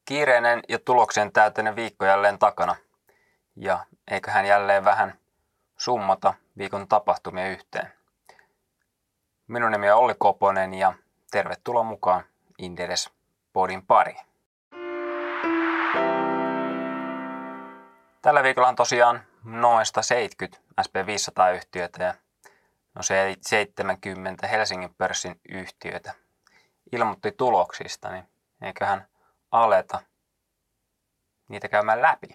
Kiireinen ja tuloksien täyteinen viikko jälleen takana. Ja eiköhän jälleen vähän summata viikon tapahtumia yhteen. Minun nimi on Olli Koponen ja tervetuloa mukaan Inderes Podin pariin. Tällä viikolla on tosiaan noin 170 SP500-yhtiötä ja noin 70 Helsingin pörssin yhtiötä ilmoitti tuloksista, niin eiköhän aleta niitä käymään läpi.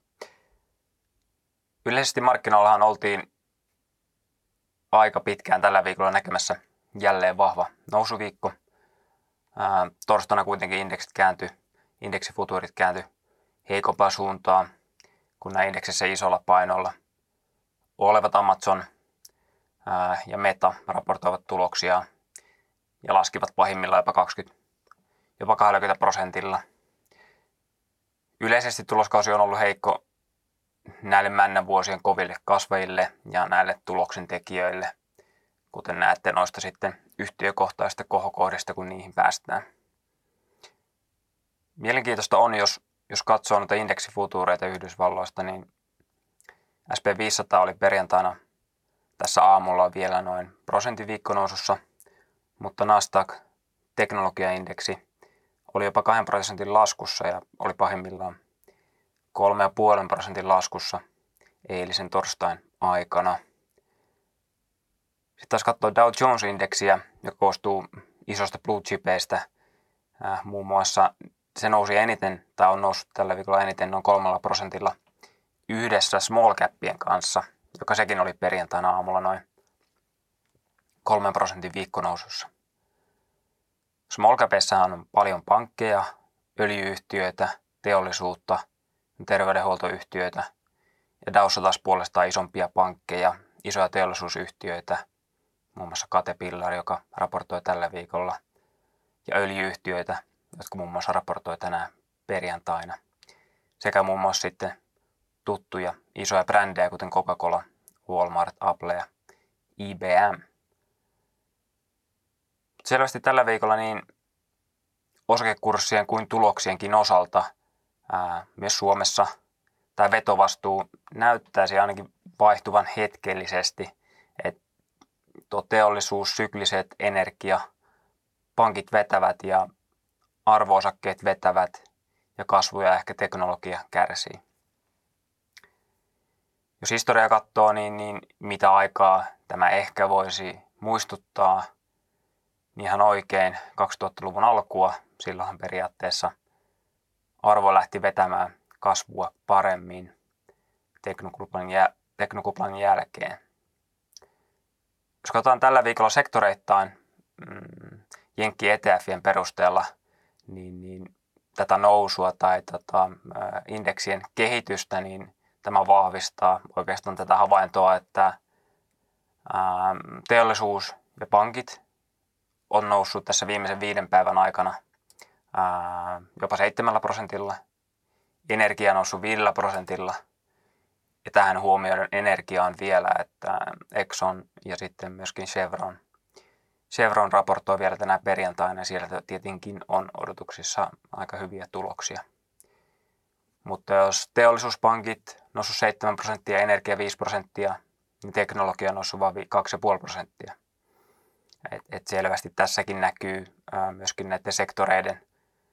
Yleisesti markkinoillahan oltiin aika pitkään tällä viikolla näkemässä jälleen vahva nousuviikko. Torstaina kuitenkin indeksifutuurit kääntyi heikompaan suuntaan, kun nämä indeksissä isolla painolla olevat Amazon ja Meta raportoivat tuloksia ja laskivat pahimmillaan jopa 20%. Yleisesti tuloskausi on ollut heikko näille männän vuosien koville kasvajille ja näille tuloksentekijöille, kuten näette noista sitten yhtiökohtaisista kohokohdista, kun niihin päästään. Mielenkiintoista on, jos katsoo noita indeksifutuureita Yhdysvalloista, niin SP500 oli perjantaina tässä aamulla vielä noin prosentin viikkonousussa, mutta Nasdaq teknologiaindeksi oli jopa 2% laskussa ja oli pahimmillaan 3,5% laskussa eilisen torstain aikana. Sitten taas katsoo Dow Jones-indeksiä, joka koostuu isosta blue chipeistä. Muun muassa se nousi eniten, tai on noussut tällä viikolla eniten noin 3% yhdessä small capien kanssa, joka sekin oli perjantaina aamulla noin 3% viikkonousussa. Small capeissahan on paljon pankkeja, öljyyhtiöitä, teollisuutta, terveydenhuoltoyhtiöitä ja Dowssa taas puolestaan isompia pankkeja, isoja teollisuusyhtiöitä, muun muassa Caterpillar, joka raportoi tällä viikolla, ja öljyyhtiöitä, jotka muun muassa raportoi tänään perjantaina, sekä muun muassa sitten tuttuja isoja brändejä, kuten Coca-Cola, Walmart, Apple ja IBM. Selvästi tällä viikolla niin osakekurssien kuin tuloksienkin osalta myös Suomessa tämä vetovastuu näyttäisi ainakin vaihtuvan hetkellisesti, että tuo teollisuus, sykliset, energia, pankit vetävät ja arvo-osakkeet vetävät ja kasvu ja ehkä teknologia kärsii. Jos historiaa katsoo, niin mitä aikaa tämä ehkä voisi muistuttaa, niin ihan oikein 2000-luvun alkua, silloinhan periaatteessa arvo lähti vetämään kasvua paremmin teknokuplan jälkeen. Jos katsotaan tällä viikolla sektoreittain Jenkki ETFien perusteella, niin tätä nousua tai indeksien kehitystä, niin tämä vahvistaa oikeastaan tätä havaintoa, että teollisuus ja pankit on noussut tässä viimeisen 5 päivän aikana jopa 7%, energia on noussut 5%, ja tähän huomioiden energiaan vielä, että Exxon ja sitten myöskin Chevron raportoi vielä tänään perjantaina, ja siellä tietenkin on odotuksissa aika hyviä tuloksia. Mutta jos teollisuuspankit noussut 7%, energia 5%, niin teknologia on noussut vain 2,5%. Et selvästi tässäkin näkyy myöskin näiden sektoreiden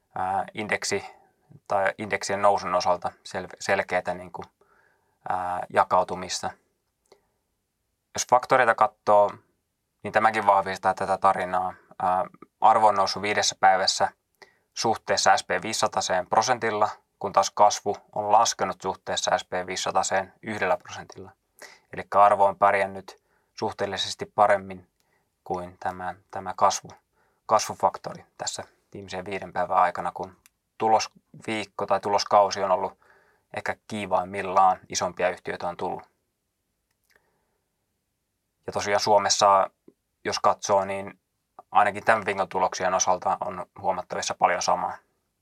indeksien nousun osalta selkeätä niin kuin, jakautumista. Jos faktoreita katsoo, niin tämäkin vahvistaa tätä tarinaa. Arvo on noussut 5 päivässä suhteessa SP500 prosentilla, kun taas kasvu on laskenut suhteessa SP500 1%. Eli arvo on pärjännyt suhteellisesti paremmin kuin tämä kasvufaktori tässä viimeisen 5 päivän aikana, kun tulosviikko tai tuloskausi on ollut ehkä kiivaimmillaan, isompia yhtiöitä on tullut. Ja tosiaan Suomessa, jos katsoo, niin ainakin tämän viikon tuloksien osalta on huomattavissa paljon samaa.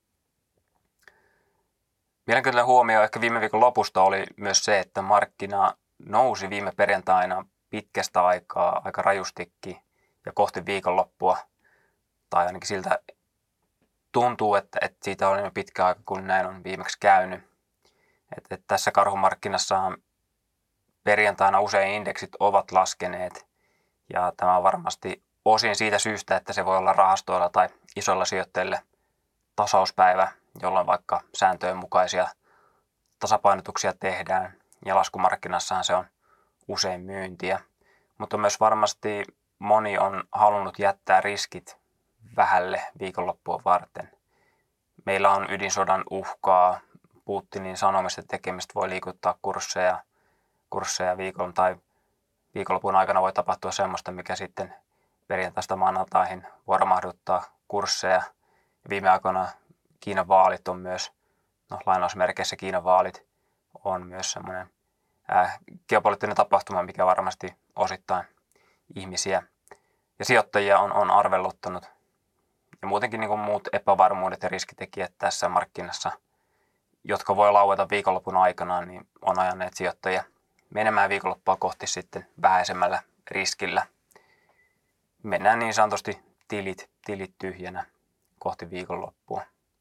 Mielenkiintoinen huomio ehkä viime viikon lopusta oli myös se, että markkina nousi viime perjantaina pitkästä aikaa aika rajustikin ja kohti viikonloppua, tai ainakin siltä tuntuu, että siitä on jo pitkä aika, kun näin on viimeksi käynyt. Että tässä karhumarkkinassahan perjantaina usein indeksit ovat laskeneet. Ja tämä on varmasti osin siitä syystä, että se voi olla rahastoilla tai isoilla sijoittajille tasauspäivä, jolloin vaikka sääntöjen mukaisia tasapainotuksia tehdään. Ja laskumarkkinassahan se on usein myyntiä. Mutta myös varmasti moni on halunnut jättää riskit vähälle viikonloppua varten. Meillä on ydinsodan uhkaa, Putinin sanomista tekemistä voi liikuttaa kursseja viikon tai viikonlopun aikana voi tapahtua semmoista, mikä sitten perjantaista maanantaihin voi romahduttaa kursseja. Viime aikoina Kiinan vaalit on myös, lainausmerkeissä Kiinan vaalit on myös semmoinen geopoliittinen tapahtuma, mikä varmasti osittain ihmisiä ja sijoittajia on arveluttanut. Ja muutenkin niin kuin muut epävarmuudet ja riskitekijät tässä markkinassa, jotka voi laueta viikonlopun aikana, niin on ajaneet sijoittajia menemään viikonloppua kohti sitten vähäisemmällä riskillä. Mennään niin sanotusti tilit tyhjänä kohti viikonloppua.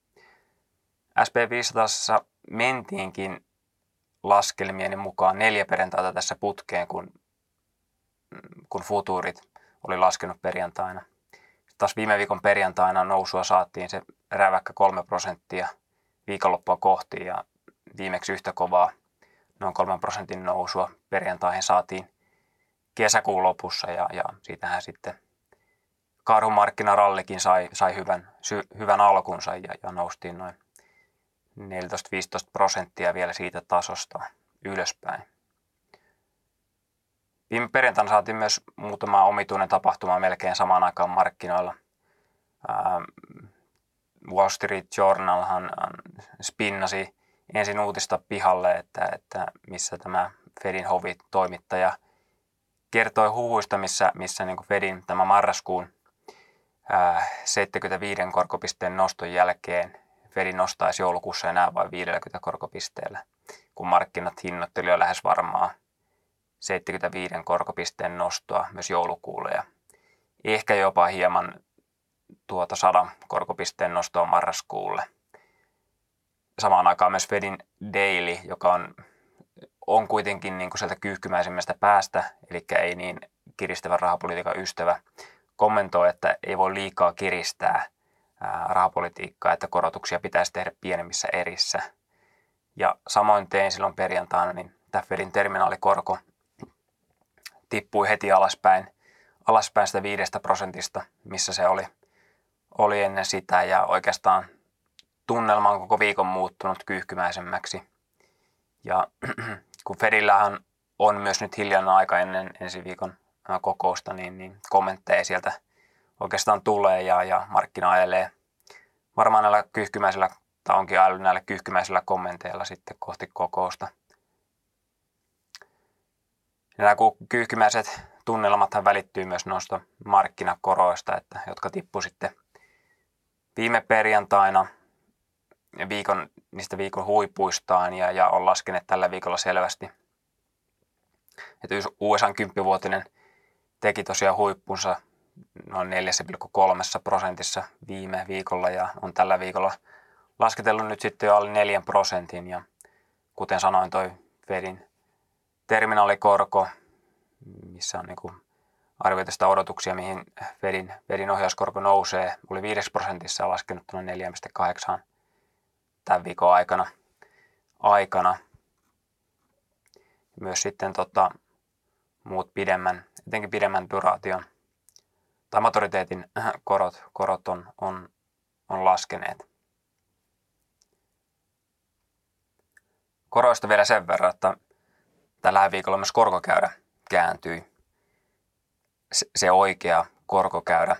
SP500 mentiinkin laskelmieni mukaan 4 perjantaita tässä putkeen, kun futuurit oli laskenut perjantaina. Taas viime viikon perjantaina nousua saatiin se räväkkä 3% viikonloppua kohti ja viimeksi yhtä kovaa noin 3% nousua perjantaihin saatiin kesäkuun lopussa ja siitähän sitten karhumarkkinarallikin sai hyvän alkunsa ja noustiin noin 14-15% vielä siitä tasosta ylöspäin. Viime perjantaina saatiin myös muutama omituinen tapahtuma melkein samaan aikaan markkinoilla. Wall Street Journalhan spinnasi ensin uutista pihalle, että missä tämä Fedin hovitoimittaja kertoi huhuista, missä niin kuin Fedin tämä marraskuun 75 korkopisteen noston jälkeen Fedin nostaisi joulukuussa enää vain 50 korkopisteellä, kun markkinat hinnoitteli jo lähes varmaa 75 korkopisteen nostoa myös joulukuulle ja ehkä jopa hieman 100 korkopisteen nostoa marraskuulle. Samaan aikaan myös Fedin Daily, joka on kuitenkin niin kuin sieltä kyyhkymäisemmästä päästä, eli ei niin kiristävän rahapolitiikan ystävä, kommentoi, että ei voi liikaa kiristää rahapolitiikkaa, että korotuksia pitäisi tehdä pienemmissä erissä. Ja samoin tein silloin perjantaina, niin tämä Fedin terminaalikorko tippui heti alaspäin sitä 5%, missä se oli ennen sitä, ja oikeastaan tunnelma on koko viikon muuttunut kyyhkymäisemmäksi. Ja kun Fedillähän on myös nyt hiljainen aika ennen ensi viikon kokousta, niin kommentteja sieltä oikeastaan tulee ja markkina ajelee varmaan näillä kyyhkymäisillä, tai onkin ajellut näillä kyyhkymäisillä kommenteilla sitten kohti kokousta. Ja nämä kyyhkymäiset tunnelmathan välittyy myös noista markkinakoroista, jotka tippu sitten viime perjantaina niistä viikon huipuistaan ja on laskeneet tällä viikolla selvästi. Että USA:n 10-vuotinen teki tosiaan huippunsa noin 4,3% viime viikolla ja on tällä viikolla lasketellut nyt sitten jo alle 4%. Ja kuten sanoin, toi Fedin terminaalikorko, missä on niin arvioitu sitä odotuksia, mihin Fedin ohjauskorko nousee, oli 5% ja laskenut noin 4,8% tämän viikon aikana. Myös sitten muut etenkin pidemmän duraation tai maturiteetin korot on laskeneet. Koroista vielä sen verran, että tällä viikolla myös korkokäyrä kääntyi. Se oikea korkokäyrä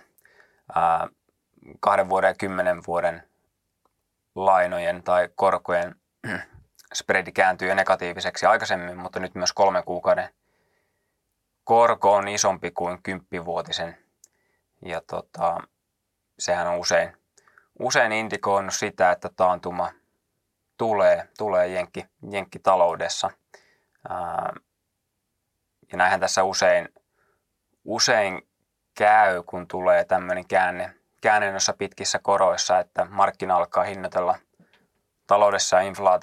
2 vuoden ja 10 vuoden lainojen tai korkojen spreadi kääntyy jo negatiiviseksi aikaisemmin, mutta nyt myös 3 kuukauden korko on isompi kuin 10-vuotisen. Ja sehän on usein indikoinut sitä, että taantuma tulee jenkkitaloudessa. Ja näinhän tässä usein käy, kun tulee tämmöinen käänne noissa pitkissä koroissa, että markkina alkaa hinnoitella taloudessa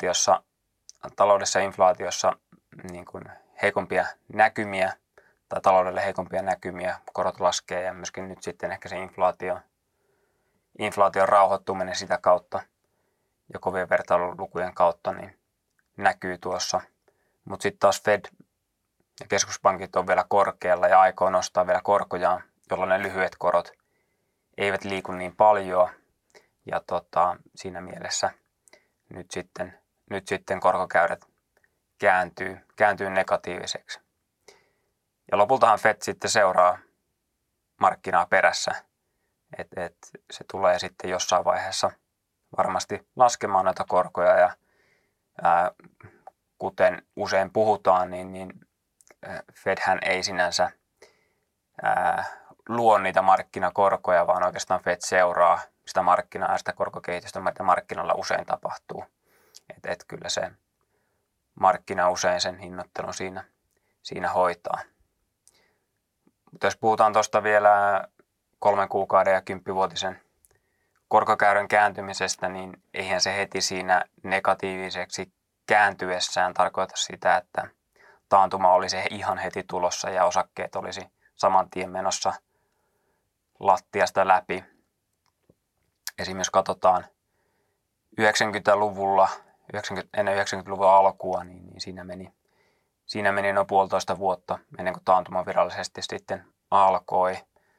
ja inflaatiossa niin kuin heikompia näkymiä tai taloudelle heikompia näkymiä, korot laskee ja myöskin nyt sitten ehkä se inflaation rauhoittuminen sitä kautta ja kovien vertailulukujen kautta niin näkyy tuossa. Mutta sitten taas Fed ja keskuspankit on vielä korkealla ja aikoo nostaa vielä korkojaan, jolloin ne lyhyet korot eivät liiku niin paljon. Ja siinä mielessä nyt sitten korkokäyrät kääntyy negatiiviseksi. Ja lopultahan Fed sitten seuraa markkinaa perässä. Et se tulee sitten jossain vaiheessa varmasti laskemaan näitä korkoja ja kuten usein puhutaan, niin Fedhän ei sinänsä luo niitä markkinakorkoja, vaan oikeastaan Fed seuraa sitä markkinaa ja sitä korkokehitystä, mitä markkinoilla usein tapahtuu. Et kyllä se markkina usein sen hinnoittelun siinä hoitaa. Mutta jos puhutaan tuosta vielä 3 kuukauden ja 10-vuotisen korkokäyrän kääntymisestä, niin eihän se heti siinä negatiiviseksi kääntyessään tarkoita sitä, että taantuma olisi ihan heti tulossa ja osakkeet olisi saman tien menossa lattiasta läpi. Esimerkiksi jos katsotaan 90-luvulla, ennen 90-luvun alkua, niin siinä meni noin 1,5 vuotta ennen kuin taantuma virallisesti sitten alkoi.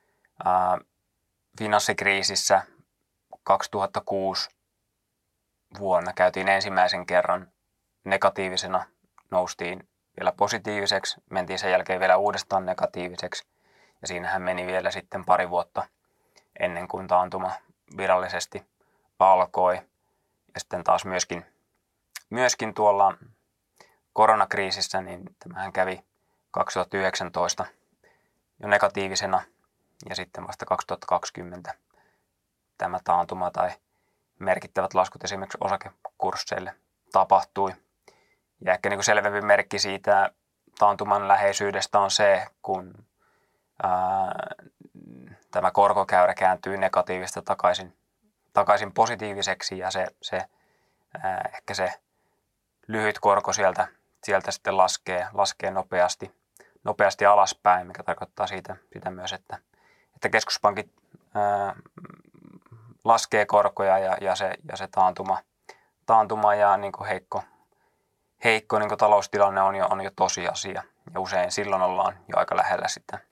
Finanssikriisissä 2006 vuonna käytiin ensimmäisen kerran negatiivisena, noustiin vielä positiiviseksi, mentiin sen jälkeen vielä uudestaan negatiiviseksi ja siinähän meni vielä sitten 2 vuotta ennen kuin taantuma virallisesti alkoi. Ja sitten taas myöskin tuolla koronakriisissä, niin tämähän kävi 2019 jo negatiivisena ja sitten vasta 2020 tämä taantuma tai merkittävät laskut esimerkiksi osakekursseille tapahtui. Ja ehkä niin kuin selvempi merkki siitä taantuman läheisyydestä on se, kun tämä korkokäyrä kääntyy negatiivista takaisin positiiviseksi ja ehkä se lyhyt korko sieltä sitten laskee nopeasti alaspäin, mikä tarkoittaa sitä myös, että keskuspankit laskee korkoja ja se taantuma ja niin kuin heikko niin kuin taloustilanne on jo tosiasia ja usein silloin ollaan jo aika lähellä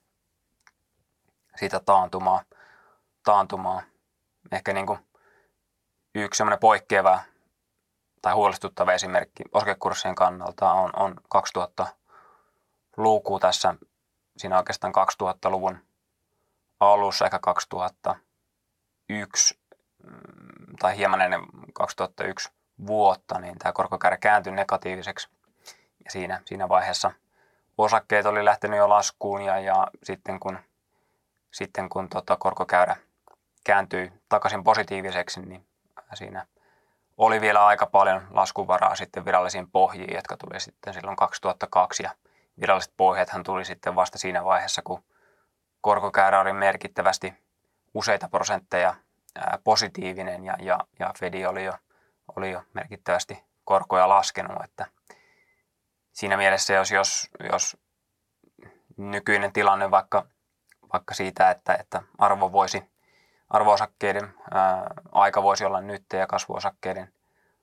sitä taantumaa. Ehkä niin kuin yksi semmoinen poikkeava tai huolestuttava esimerkki osakekurssien kannalta on 2000-luku tässä. Siinä oikeastaan 2000-luvun alussa, ehkä 2001 tai hieman ennen 2001 vuotta, niin tämä korkokäyrä kääntyi negatiiviseksi. Ja siinä vaiheessa osakkeet oli lähtenyt jo laskuun ja sitten kun korkokäyrä kääntyi takaisin positiiviseksi, niin siinä oli vielä aika paljon laskuvaraa sitten virallisiin pohjiin, jotka tuli sitten silloin 2002 ja viralliset pohjathan tuli sitten vasta siinä vaiheessa, kun korkokäyrä oli merkittävästi useita prosentteja positiivinen ja Fed oli jo merkittävästi korkoja laskenut, että siinä mielessä jos nykyinen tilanne vaikka siitä, että arvo-osakkeiden aika voisi olla nyt ja kasvuosakkeiden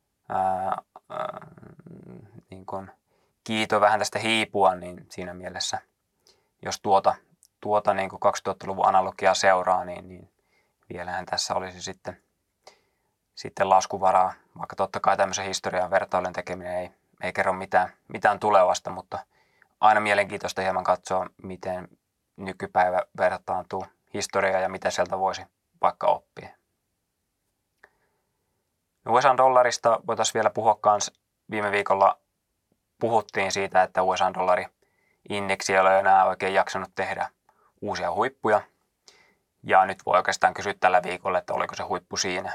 niin kuin kiito vähän tästä hiipua, niin siinä mielessä, jos tuota niin kuin 2000-luvun analogiaa seuraa, niin vielähän tässä olisi sitten laskuvaraa, vaikka totta kai tämmöisen historian vertailun tekeminen ei kerro mitään tulevasta, mutta aina mielenkiintoista hieman katsoa, miten nykypäivä vertaantuu historiaan ja mitä sieltä voisi vaikka oppia. USA-dollarista voitaisiin vielä puhua kans. Viime viikolla puhuttiin siitä, että USA-dollari-indeksi ei ole enää oikein jaksanut tehdä uusia huippuja. Ja nyt voi oikeastaan kysyä tällä viikolla, että oliko se huippu siinä.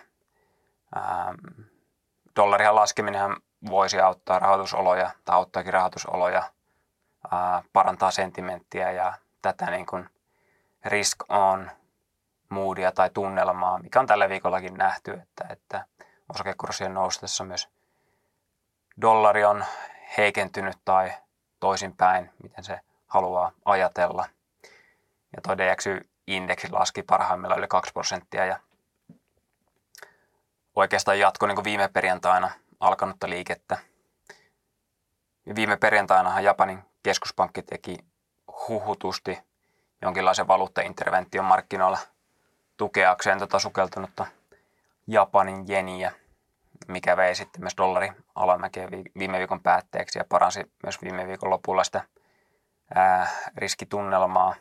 Dollarihan laskeminenhan voisi auttaa rahoitusoloja tai auttaakin rahoitusoloja, parantaa sentimenttiä ja tätä niin kuin risk on moodia tai tunnelmaa, mikä on tällä viikollakin nähty, että osakekurssien noustessa myös dollari on heikentynyt tai toisinpäin, miten se haluaa ajatella. Ja tuo DXY-indeksi laski parhaimmillaan yli 2% ja oikeastaan jatkoi niin kuin viime perjantaina alkanutta liikettä. Ja viime perjantainahan Japanin keskuspankki teki huhutusti jonkinlaisen valuuttaintervention markkinoilla tukeakseen sukeltunutta Japanin jeniä, mikä vei sitten myös dollarin alamäkeä viime viikon päätteeksi ja paransi myös viime viikon lopulla sitä riskitunnelmaa.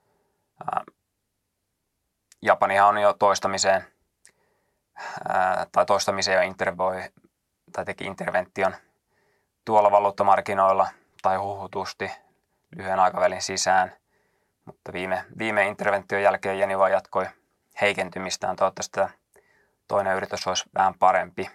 Japanihan on jo toistamiseen jo intervoi tai teki intervention tuolla valuuttamarkkinoilla tai huhutusti lyhyen aikavälin sisään, mutta viime intervention jälkeen jeni vaan jatkoi heikentymistään. Toivottavasti toinen yritys olisi vähän parempi.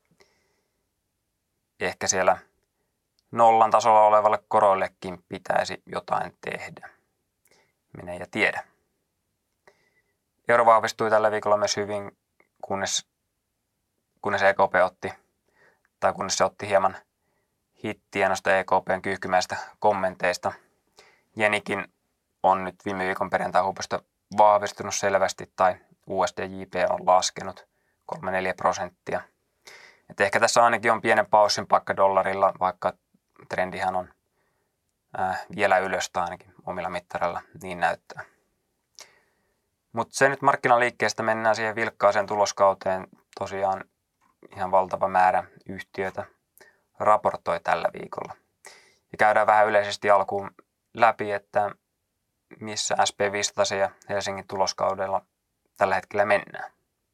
Ehkä siellä nollan tasolla olevalle koroillekin pitäisi jotain tehdä. Minä ja tiedä. Euro vahvistui tällä viikolla myös hyvin, kunnes EKP kunnes se otti hieman hittiä noista EKPn kyyhkymäistä kommenteista. Jenikin on nyt viime viikon perjantai-huipusta vahvistunut selvästi tai USD-JP on laskenut 3-4%. Et ehkä tässä ainakin on pienen paussin paikka dollarilla, vaikka trendihän on vielä ylös tai ainakin omilla mittareilla niin näyttää. Mutta se nyt markkinaliikkeestä mennään siihen vilkkaaseen tuloskauteen. Tosiaan ihan valtava määrä yhtiöitä raportoi tällä viikolla. Ja käydään vähän yleisesti alkuun läpi, että missä SP500 ja Helsingin tuloskaudella tällä hetkellä mennään.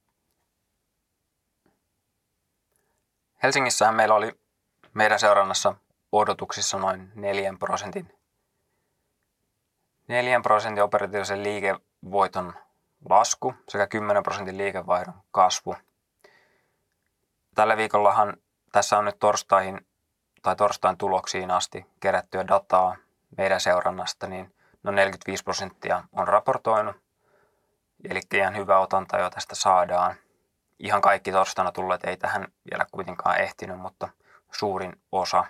Helsingissähän meillä oli meidän seurannassa odotuksissa noin 4% operatiivisen liikevoiton lasku sekä 10% liikevaihdon kasvu. Tällä viikollahan tässä on nyt torstain tuloksiin asti kerättyä dataa meidän seurannasta, niin noin 45% on raportoinut. Eli ihan hyvä otanta jo tästä saadaan. Ihan kaikki torstaina tulleet ei tähän vielä kuitenkaan ehtinyt, mutta suurin osa.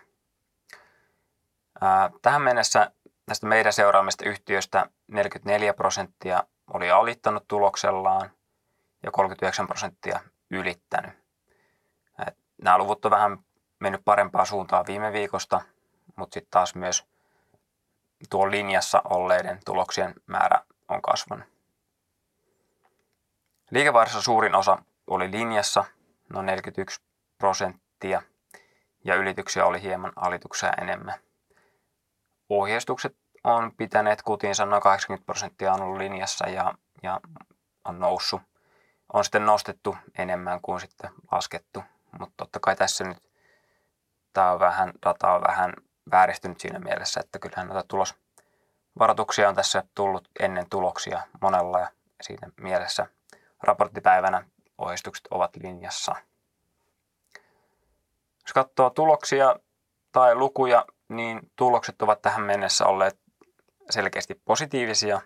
Tähän mennessä näistä meidän seuraamista yhtiöistä 44% oli alittanut tuloksellaan ja 39% ylittänyt. Nämä luvut on vähän mennyt parempaan suuntaan viime viikosta, mutta sitten taas myös tuon linjassa olleiden tuloksien määrä on kasvanut. Liikevaihdossa suurin osa oli linjassa, noin 41%, ja ylityksiä oli hieman alituksia enemmän. Ohjeistukset on pitäneet kutinsa, noin 80% on ollut linjassa ja on noussut. On sitten nostettu enemmän kuin sitten laskettu, mutta totta kai tässä nyt data on vähän vääristynyt siinä mielessä, että kyllähän noita tulosvaroituksia on tässä tullut ennen tuloksia monella ja siinä mielessä raporttipäivänä ohjeistukset ovat linjassa. Jos katsoo tuloksia tai lukuja, niin tulokset ovat tähän mennessä olleet selkeästi positiivisia.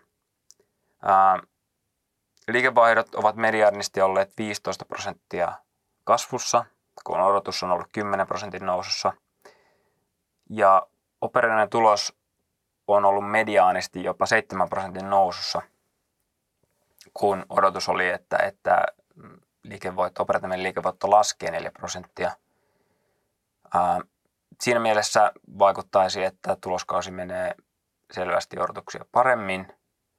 Liikevaihdot ovat mediaanisesti olleet 15% kasvussa, kun odotus on ollut 10% nousussa. Ja operatiivinen tulos on ollut mediaanisti jopa 7% nousussa, kun odotus oli, että operatiivinen liikevoitto laskee 4%. Siinä mielessä vaikuttaisi, että tuloskausi menee selvästi odotuksia paremmin.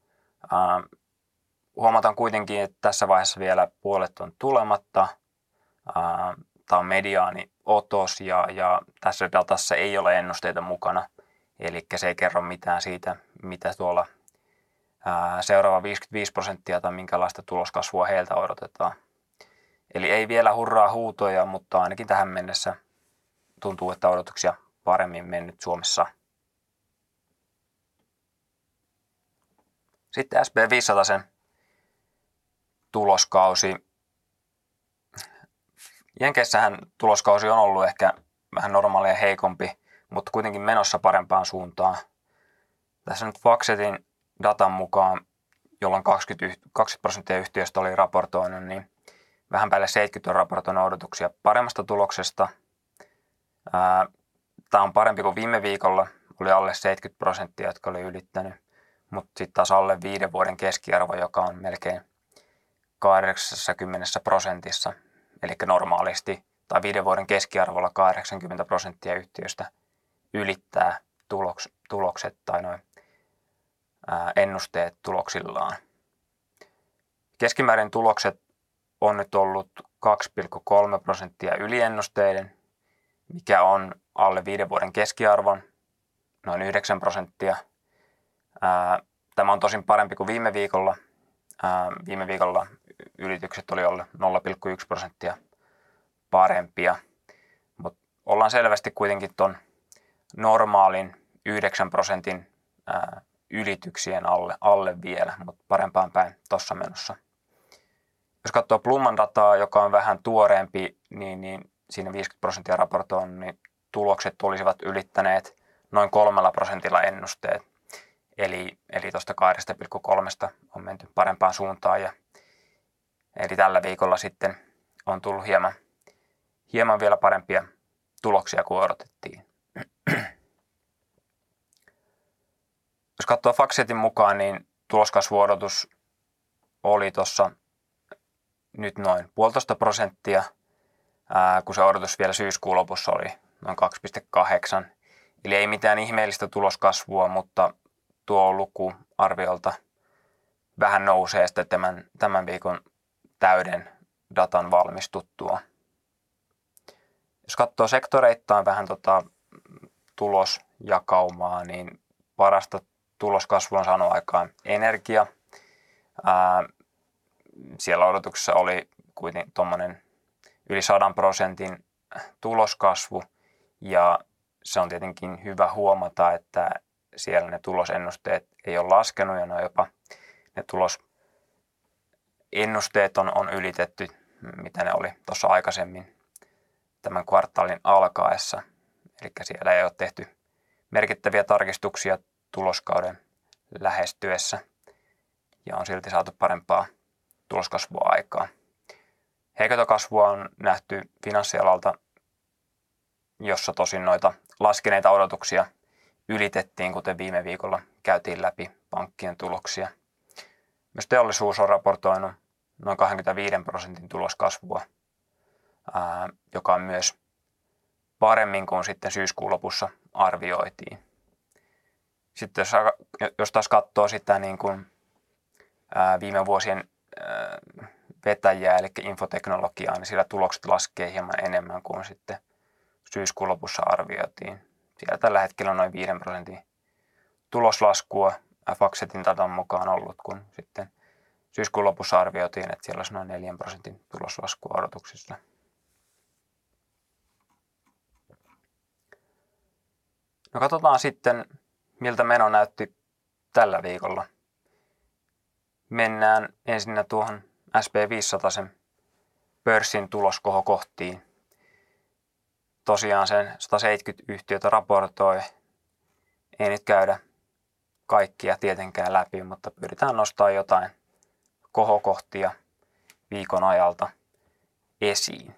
Huomataan kuitenkin, että tässä vaiheessa vielä puolet on tulematta. Tämä on mediaani otos ja tässä datassa ei ole ennusteita mukana. Eli se ei kerro mitään siitä, mitä tuolla seuraava 55% tai minkälaista tuloskasvua heiltä odotetaan. Eli ei vielä hurraa huutoja, mutta ainakin tähän mennessä tuntuu, että odotuksia paremmin mennyt Suomessa. Sitten SP500 tuloskausi. Jenkeissähän tuloskausi on ollut ehkä vähän normaalia heikompi, mutta kuitenkin menossa parempaan suuntaan. Tässä nyt Factsetin datan mukaan jolloin 20% yhtiöistä oli raportoinut, niin vähän päälle 70 on raportoinut odotuksia paremmasta tuloksesta. Tämä on parempi kuin viime viikolla, oli alle 70%, jotka oli ylittänyt, mutta sitten taas alle 5 vuoden keskiarvo, joka on melkein 80%, eli normaalisti tai 5 vuoden keskiarvolla 80% yhtiöistä ylittää tulokset tai noin ennusteet tuloksillaan. Keskimäärin tulokset on nyt ollut 2,3% yliennusteiden, mikä on alle 5 vuoden keskiarvon, noin 9%. Tämä on tosin parempi kuin viime viikolla. Viime viikolla ylitykset oli ollut 0,1% parempia, mutta ollaan selvästi kuitenkin tuon normaalin 9% ylityksien alle vielä, mutta parempaan päin tuossa menossa. Jos katsoo Plumman dataa, joka on vähän tuoreempi, niin siinä 50% raportoinut, niin tulokset olisivat ylittäneet noin 3% ennusteet. Eli tuosta 2,3 on menty parempaan suuntaan. Eli tällä viikolla sitten on tullut hieman vielä parempia tuloksia kuin odotettiin. Jos katsoo FactSetin mukaan, niin tuloskasvuodotus oli tuossa nyt noin 1,5%, kun se odotus vielä syyskuun lopussa oli noin 2,8. Eli ei mitään ihmeellistä tuloskasvua, mutta tuo luku arviolta vähän nousee sitten tämän viikon täyden datan valmistuttua. Jos katsoo sektoreittain vähän tulosjakaumaa, niin parasta tuloskasvua on saanut aikaan energia. Siellä odotuksessa oli kuitenkin tuommoinen yli 100% tuloskasvu, ja se on tietenkin hyvä huomata, että siellä ne tulosennusteet ei ole laskenut, ja ne tulosennusteet on ylitetty, mitä ne oli tuossa aikaisemmin tämän kvartaalin alkaessa. Eli siellä ei ole tehty merkittäviä tarkistuksia tuloskauden lähestyessä, ja on silti saatu parempaa tuloskasvua aikaan. Heikota kasvua on nähty finanssialalta, jossa tosin noita laskeneita odotuksia ylitettiin, kuten viime viikolla käytiin läpi pankkien tuloksia. Myös teollisuus on raportoinut noin 25% tuloskasvua, joka on myös paremmin kuin sitten syyskuun lopussa arvioitiin. Sitten jos taas katsoo sitä niin kuin viime vuosien vetäjää, eli infoteknologiaa, niin sillä tulokset laskee hieman enemmän kuin sitten syyskuun lopussa arvioitiin. Siellä tällä hetkellä on noin 5% tuloslaskua FactSetin datan mukaan ollut, kun sitten syyskuun lopussa arvioitiin, että siellä olisi noin 4% tuloslaskua odotuksissa. No katsotaan sitten, miltä meno näytti tällä viikolla. Mennään ensinnä tuohon SP500 pörssin tuloskohokohtiin. Tosiaan sen 170 yhtiötä raportoi. Ei nyt käydä kaikkia tietenkään läpi, mutta pyritään nostamaan jotain kohokohtia viikon ajalta esiin.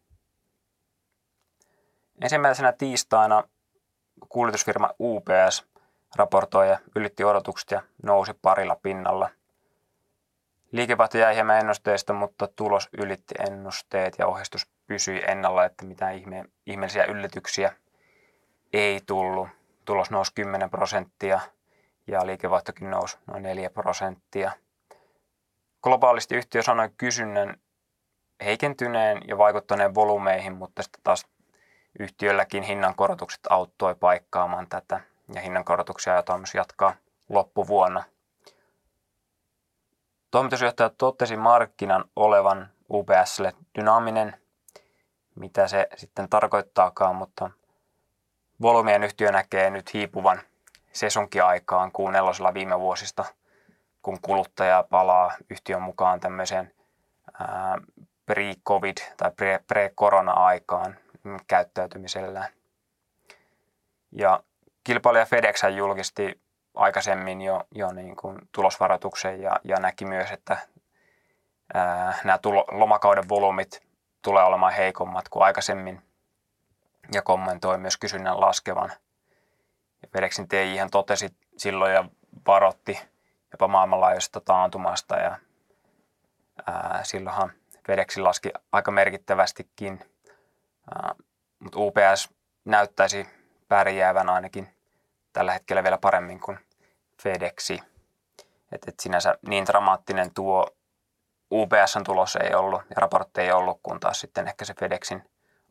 Ensimmäisenä tiistaina kuljetusfirma UPS raportoi ja ylitti odotukset ja nousi parilla pinnalla. Liikevaihto jäi hieman ennusteista, mutta tulos ylitti ennusteet ja ohjeistus pysyi ennalla, että mitään ihmeellisiä yllätyksiä ei tullut. Tulos nousi 10% ja liikevaihtokin nousi noin 4%. Globaalisti yhtiö sanoi kysynnän heikentyneen ja vaikuttaneen volyymeihin, mutta sitten taas yhtiölläkin hinnankorotukset auttoi paikkaamaan tätä, ja hinnankorotuksia aiotaan myös jatkaa loppuvuonna. Toimitusjohtaja totesi markkinan olevan UPS:lle dynaaminen, mitä se sitten tarkoittaakaan, mutta volyymien yhtiö näkee nyt hiipuvan sesonkiaikaan kuun nelosella viime vuosista, kun kuluttaja palaa yhtiön mukaan tämmöiseen pre-covid- tai pre-korona-aikaan käyttäytymisellään. Ja kilpailija FedEx julkisti aikaisemmin jo niin kuin tulosvaroituksen ja näki myös, että nämä lomakauden volyymit tulee olemaan heikommat kuin aikaisemmin ja kommentoi myös kysynnän laskevan. Ja FedExin TI:hän totesi silloin ja varoitti jopa maailmanlaajuisesta taantumasta ja silloinhan FedExin laski aika merkittävästikin, mutta UPS näyttäisi pärjäävän ainakin tällä hetkellä vielä paremmin kuin FedExi. Et sinänsä niin dramaattinen tuo UPS:n tulos ei ollut ja raportti ei ollut, kun taas sitten ehkä se FedExin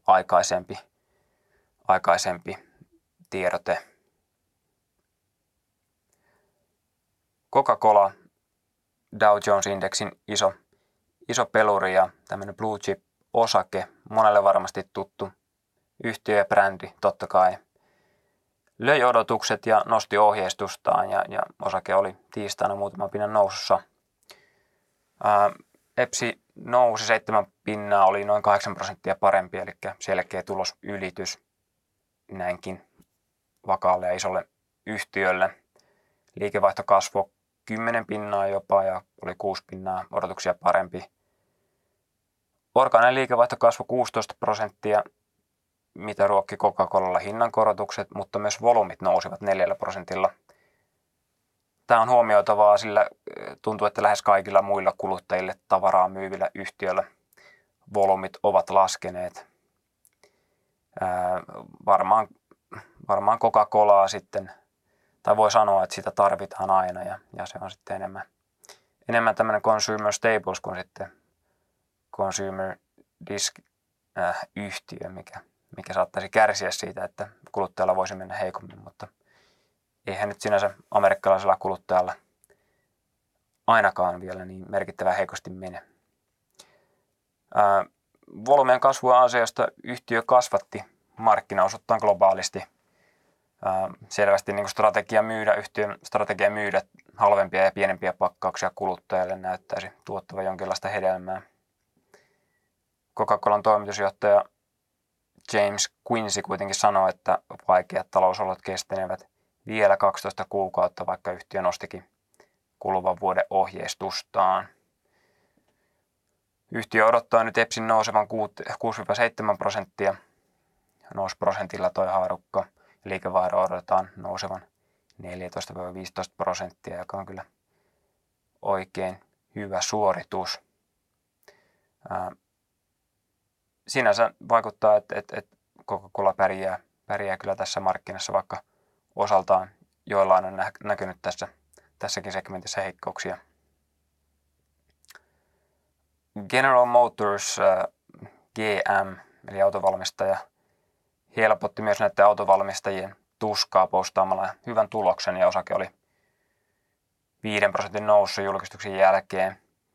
aikaisempi tiedote. Coca-Cola Dow Jones-indeksin iso peluri ja tämmöinen blue chip osake, monelle varmasti tuttu yhtiö ja brändi totta kai. Löi odotukset ja nosti ohjeistustaan ja osake oli tiistaina muutaman pinnan nousussa. EPSI nousi 7 pinnaa, oli noin 8% parempi, eli selkeä tulosylitys näinkin vakaalle ja isolle yhtiölle. Liikevaihto kasvoi 10 pinnaa jopa ja oli 6 pinnaa odotuksia parempi. Orgaaninen liikevaihto kasvoi 16%, mitä ruokki Coca-Colalla hinnankorotukset, mutta myös volyymit nousivat 4%. Tämä on huomioitavaa, sillä tuntuu, että lähes kaikilla muilla kuluttajille tavaraa myyvillä yhtiöillä volyymit ovat laskeneet. Varmaan Coca-Colaa sitten, tai voi sanoa, että sitä tarvitaan aina ja se on sitten enemmän tämmöinen consumer staples kuin sitten consumer disk yhtiö, mikä saattaisi kärsiä siitä, että kuluttajalla voisi mennä heikommin, mutta eihän nyt sinänsä amerikkalaisella kuluttajalla ainakaan vielä niin merkittävän heikosti mene. Volyymien kasvua ansiosta yhtiö kasvatti markkinaosuuttaan globaalisti. Selvästi niin kuin yhtiön strategia myydä halvempia ja pienempiä pakkauksia kuluttajalle näyttäisi tuottavan jonkinlaista hedelmää. Coca-Colan toimitusjohtaja James Quincey kuitenkin sanoi, että vaikeat talousolot kestenevät vielä 12 kuukautta, vaikka yhtiö nostikin kuluvan vuoden ohjeistustaan. Yhtiö odottaa nyt EPSin nousevan 6-7%, nousi prosentilla toi haarukka. Liikevaihdon odotetaan nousevan 14-15%, joka on kyllä oikein hyvä suoritus. Sinänsä vaikuttaa, että Coca-Cola pärjää kyllä tässä markkinassa, vaikka osaltaan joillain on näkynyt tässäkin segmentissä heikkouksia. General Motors, GM, eli autovalmistaja, helpotti myös näiden autovalmistajien tuskaa postaamalla hyvän tuloksen ja osake oli 5% nousussa julkistuksen jälkeen.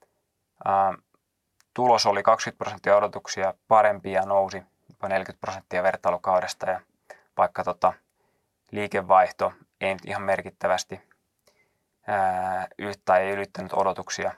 Tulos oli 20% odotuksia parempi ja nousi jopa 40% vertailukaudesta ja vaikka liikevaihto ei nyt ihan merkittävästi ei ylittänyt odotuksia.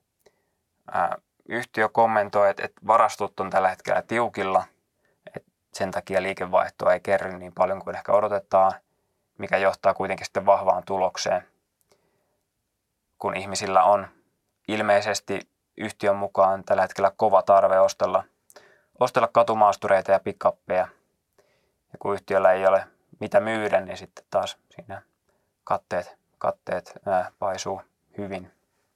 Yhtiö kommentoi, että varastot on tällä hetkellä tiukilla, että sen takia liikevaihtoa ei kerry niin paljon kuin ehkä odotetaan, mikä johtaa kuitenkin sitten vahvaan tulokseen, kun ihmisillä on ilmeisesti yhtiön mukaan tällä hetkellä kova tarve ostella katumaastureita ja pick-uppeja. Ja kun yhtiöllä ei ole mitä myydä, niin sitten taas siinä katteet paisuu hyvin.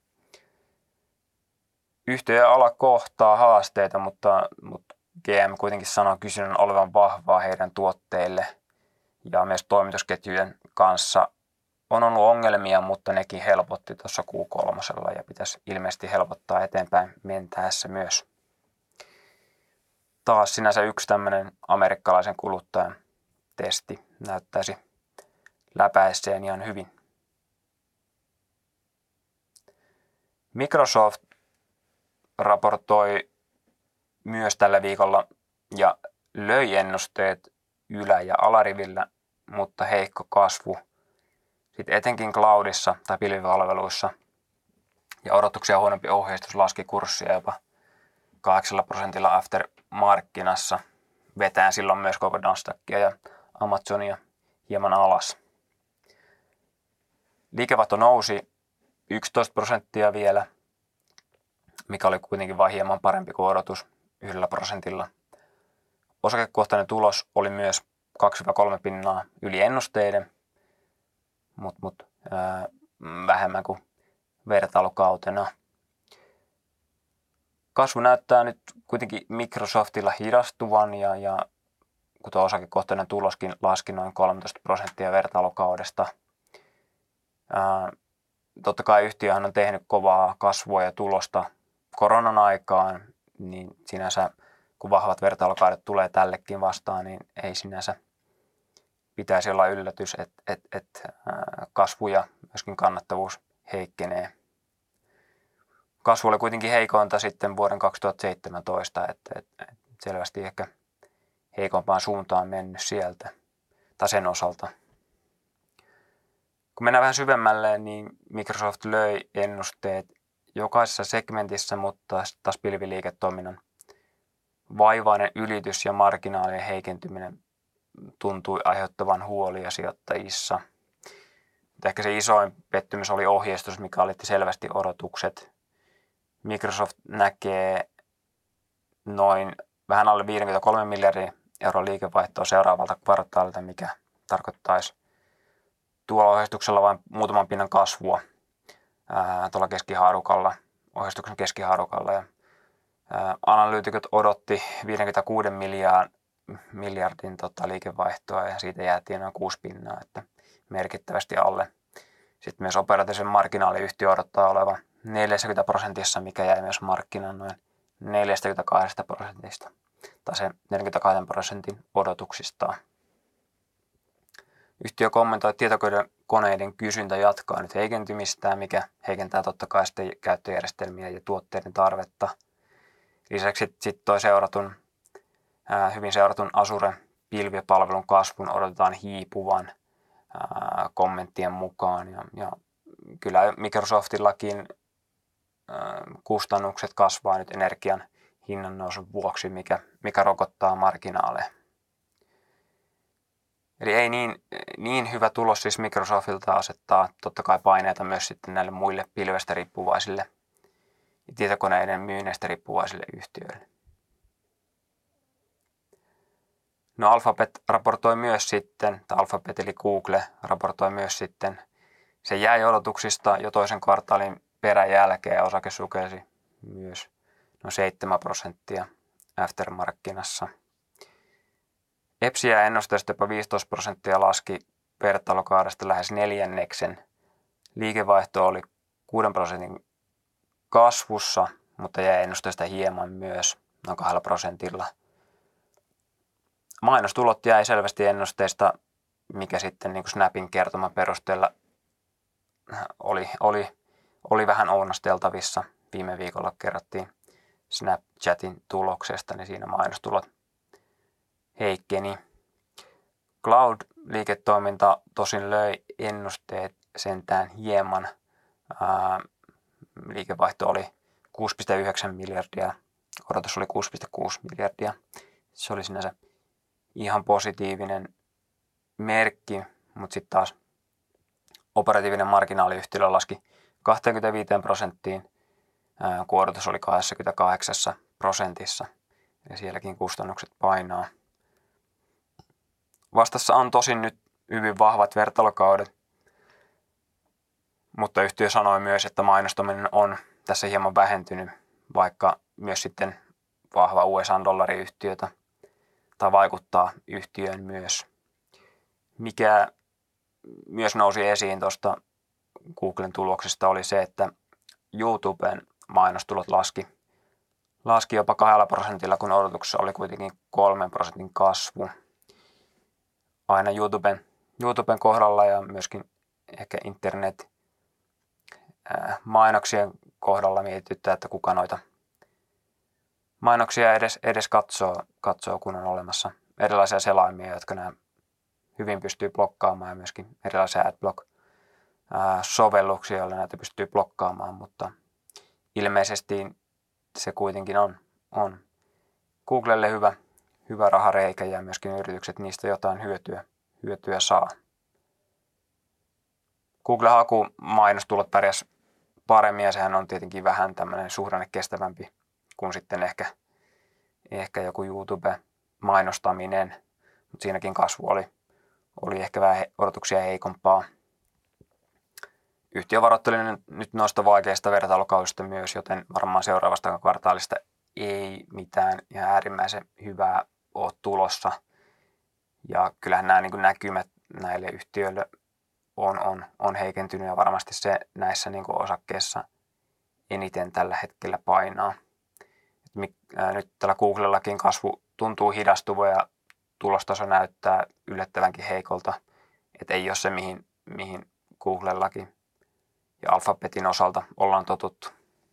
Yhtiö ala kohtaa haasteita, mutta GM kuitenkin sanoo kysynnän olevan vahvaa heidän tuotteille. Ja myös toimitusketjujen kanssa on ollut ongelmia, mutta nekin helpotti tuossa Q3 ja pitäisi ilmeisesti helpottaa eteenpäin mentäessä myös. Taas sinänsä yksi tämmöinen amerikkalaisen kuluttajan testi näyttäisi läpäisseen ihan hyvin. Microsoft raportoi myös tällä viikolla ja löi ennusteet ylä- ja alarivillä, mutta heikko kasvu. Sitten etenkin cloudissa tai pilvipalveluissa ja odotuksia huonompi ohjeistus laski kurssia jopa 8% aftermarkkinassa, vetään silloin myös koko Nasdaqia ja Amazonia hieman alas. Liikevaihto nousi 11% vielä, mikä oli kuitenkin vain hieman parempi kuin odotus 1%. Osakekohtainen tulos oli myös 2-3% yli ennusteiden, mutta vähemmän kuin vertailukautena. Kasvu näyttää nyt kuitenkin Microsoftilla hidastuvan ja kun tuo osakekohtainen tuloskin laski noin 13% vertailukaudesta. Totta kai yhtiöhän on tehnyt kovaa kasvua ja tulosta koronan aikaan, niin sinänsä kun vahvat vertailukaudet tulee tällekin vastaan, niin ei sinänsä pitäisi olla yllätys, että kasvu ja myöskin kannattavuus heikkenee. Kasvu oli kuitenkin heikointa sitten vuoden 2017, että selvästi ehkä heikompaan suuntaan mennyt sieltä tai sen osalta. Kun mennään vähän syvemmälle, niin Microsoft löi ennusteet jokaisessa segmentissä, mutta taas pilviliiketoiminnan vaivainen ylitys ja marginaalien heikentyminen tuntui aiheuttavan huolia sijoittajissa. Ehkä se isoin pettymys oli ohjeistus, mikä alitti selvästi odotukset. Microsoft näkee noin vähän alle 53 miljardin euron liikevaihtoa seuraavalta kvartaalilta, mikä tarkoittaisi tuolla ohjeistuksella vain muutaman pinnan kasvua tuolla keskihaarukalla, ohjeistuksen keskihaarukalla. Ja analyytikot odotti 56 miljardin liikevaihtoa ja siitä jäätiin noin 6%, että merkittävästi alle. Sitten myös operatiivisen marginaaliyhtiö odottaa olevan 40%, mikä jäi myös markkinan noin 42% tai se 42% odotuksistaan. Yhtiö kommentoi, että tietokoneiden kysyntä jatkaa nyt heikentymistään, mikä heikentää totta kai sitten käyttöjärjestelmiä ja tuotteiden tarvetta. Lisäksi sitten toi hyvin seuratun Azure-pilvipalvelun kasvun odotetaan hiipuvan kommenttien mukaan. Ja kyllä Microsoftillakin kustannukset kasvaa nyt energian hinnan nousun vuoksi, mikä rokottaa marginaaleja. Eli ei niin hyvä tulos siis Microsoftilta asettaa totta kai paineita myös sitten näille muille pilvestä riippuvaisille ja tietokoneiden myynneistä riippuvaisille yhtiöille. No Alphabet raportoi myös sitten, tai Alphabet eli Google raportoi myös sitten, se jäi odotuksista jo toisen kvartaalin peräjälkeen ja osake sukelsi myös noin 7% aftermarkkinassa. EPSiä ennusteesta jopa 15% laski vertailukaudesta lähes neljänneksen. Liikevaihto oli 6% kasvussa, mutta jäi ennusteesta hieman myös noin 2%. Mainostulot jäi selvästi ennusteesta, mikä sitten niin kuin Snapin kertoman perusteella oli vähän ounasteltavissa. Viime viikolla kerrottiin Snapchatin tuloksesta, niin siinä mainostulot heikkeni. Cloud-liiketoiminta tosin löi ennusteet sentään hieman. Liikevaihto oli 6,9 miljardia, odotus oli 6,6 miljardia. Se oli sinänsä ihan positiivinen merkki, mutta sitten taas operatiivinen marginaaliyhtiö laski 25%, kun odotus oli 28%, ja sielläkin kustannukset painaa. Vastassa on tosin nyt hyvin vahvat vertailukaudet, mutta yhtiö sanoi myös, että mainostaminen on tässä hieman vähentynyt, vaikka myös sitten vahva USA-dollariyhtiötä tai vaikuttaa yhtiöön myös. Mikä myös nousi esiin tuosta Googlen tuloksesta oli se, että YouTuben mainostulot laski jopa 2%, kun odotuksessa oli kuitenkin 3% kasvu. Aina YouTuben kohdalla ja myöskin ehkä internet mainoksien kohdalla mietityttää, että kuka noita mainoksia edes katsoo, kun on olemassa erilaisia selaimia, jotka nämä hyvin pystyy blokkaamaan ja myöskin erilaisia adblock-sovelluksia, joilla näitä pystyy blokkaamaan, mutta ilmeisesti se kuitenkin on Googlelle hyvä rahareikä ja myöskin yritykset niistä jotain hyötyä saa. Google-hakumainostulot pärjäs paremmin ja sehän on tietenkin vähän tämmöinen suhdannekestävämpi kuin sitten ehkä joku YouTube-mainostaminen, mutta siinäkin kasvu oli ehkä vähän odotuksia heikompaa. Yhtiö varoitteli nyt noista vaikeista vertailukausista myös, joten varmaan seuraavasta kvartaalista ei mitään ihan äärimmäisen hyvää ole tulossa. Ja kyllähän nämä niin näkymät näille yhtiöille on heikentynyt ja varmasti se näissä niin osakkeissa eniten tällä hetkellä painaa. Nyt tällä Googlellakin kasvu tuntuu hidastuva ja tulostaso näyttää yllättävänkin heikolta, että ei ole se mihin Googlellakin ja Alphabetin osalta ollaan totuttu.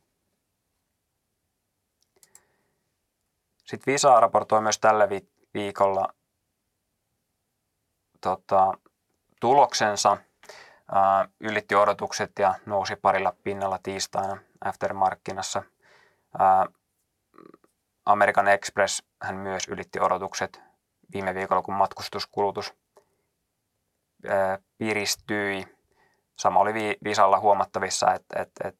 Sitten Visa raportoi myös tällä viikolla tuloksensa, ylitti odotukset ja nousi parilla pinnalla tiistaina aftermarkkinassa. American Express hän myös ylitti odotukset viime viikolla, kun matkustuskulutus piristyi. Sama oli Visalla huomattavissa, että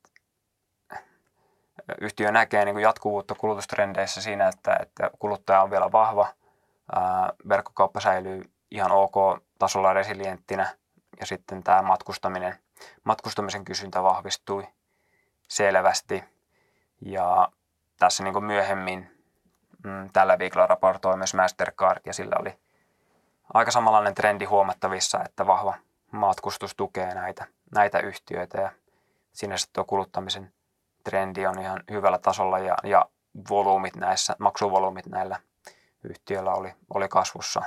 yhtiö näkee niin kuin jatkuvuutta kulutustrendeissä siinä, että kuluttaja on vielä vahva, verkkokauppa säilyy ihan ok tasolla resilienttinä ja sitten tämä matkustamisen kysyntä vahvistui selvästi. Ja tässä niin kuin myöhemmin tällä viikolla raportoi myös Mastercard ja sillä oli aika samanlainen trendi huomattavissa, että vahva matkustus tukee näitä yhtiöitä ja siinä sitten tuo kuluttamisen trendi on ihan hyvällä tasolla ja maksuvolyymit näillä yhtiöillä oli kasvussa.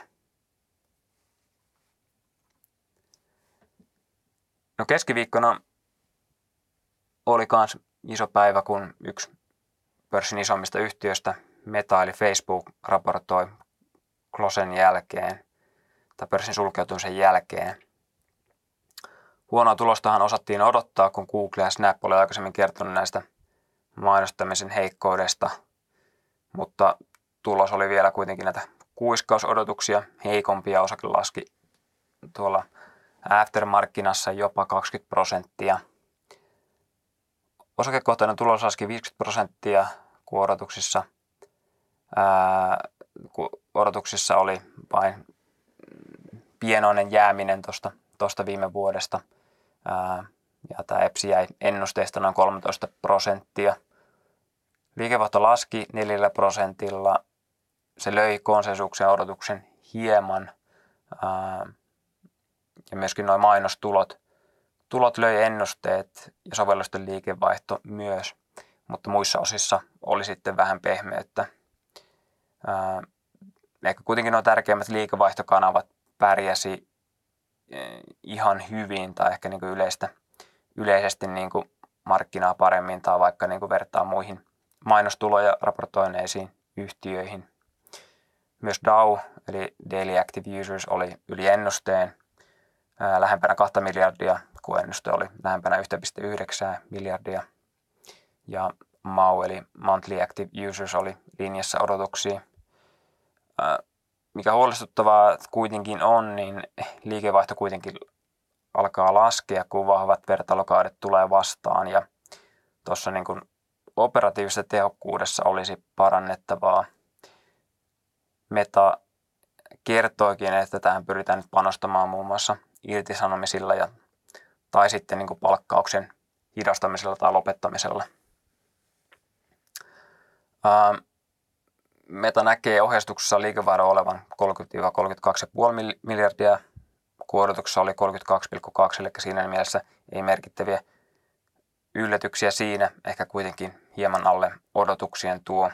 No keskiviikkona oli myös iso päivä, kun yksi pörssin isommista yhtiöistä, Meta eli Facebook, raportoi closen jälkeen tai pörssin sulkeutumisen jälkeen. Huonoa tulostahan osattiin odottaa, kun Google ja Snap oli aikaisemmin kertonut näistä mainostamisen heikkoudesta, mutta tulos oli vielä kuitenkin näitä kuiskausodotuksia heikompi ja osake laski tuolla aftermarkkinassa jopa 20%. Osakekohtainen tulos laski 50%, kun odotuksissa oli vain pienoinen jääminen tuosta viime vuodesta. Ja tämä EPS jäi ennusteesta noin 13%. Liikevaihto laski 4%. Se löi konsensuksen odotuksen hieman. Ja myöskin nuo mainostulot löi ennusteet ja sovellusten liikevaihto myös, mutta muissa osissa oli sitten vähän pehmeyttä. Ehkä kuitenkin nuo tärkeimmät liikevaihtokanavat pärjäsi ihan hyvin tai ehkä niin kuin yleisesti niin kuin markkinaa paremmin tai vaikka niin kuin vertaa muihin mainostuloja raportoineisiin yhtiöihin. Myös DAU eli Daily Active Users oli yli ennusteen lähempänä 2 miljardia, kun ennuste oli lähempänä 1,9 miljardia. Ja MAU eli Monthly Active Users oli linjassa odotuksiin. Mikä huolestuttavaa kuitenkin on, niin liikevaihto kuitenkin alkaa laskea, kun vahvat vertailukaudet tulee vastaan. Ja tuossa niin kuin operatiivisessa tehokkuudessa olisi parannettavaa. Meta kertoikin, että tähän pyritään nyt panostamaan muun muassa irtisanomisilla tai sitten niin kuin palkkauksen hidastamisella tai lopettamisella. Meta näkee ohjeistuksessa liikevaihdon olevan 30-32,5 miljardia, kun odotuksessa oli 32,2, eli siinä mielessä ei merkittäviä yllätyksiä siinä, ehkä kuitenkin hieman alle odotuksien tuo.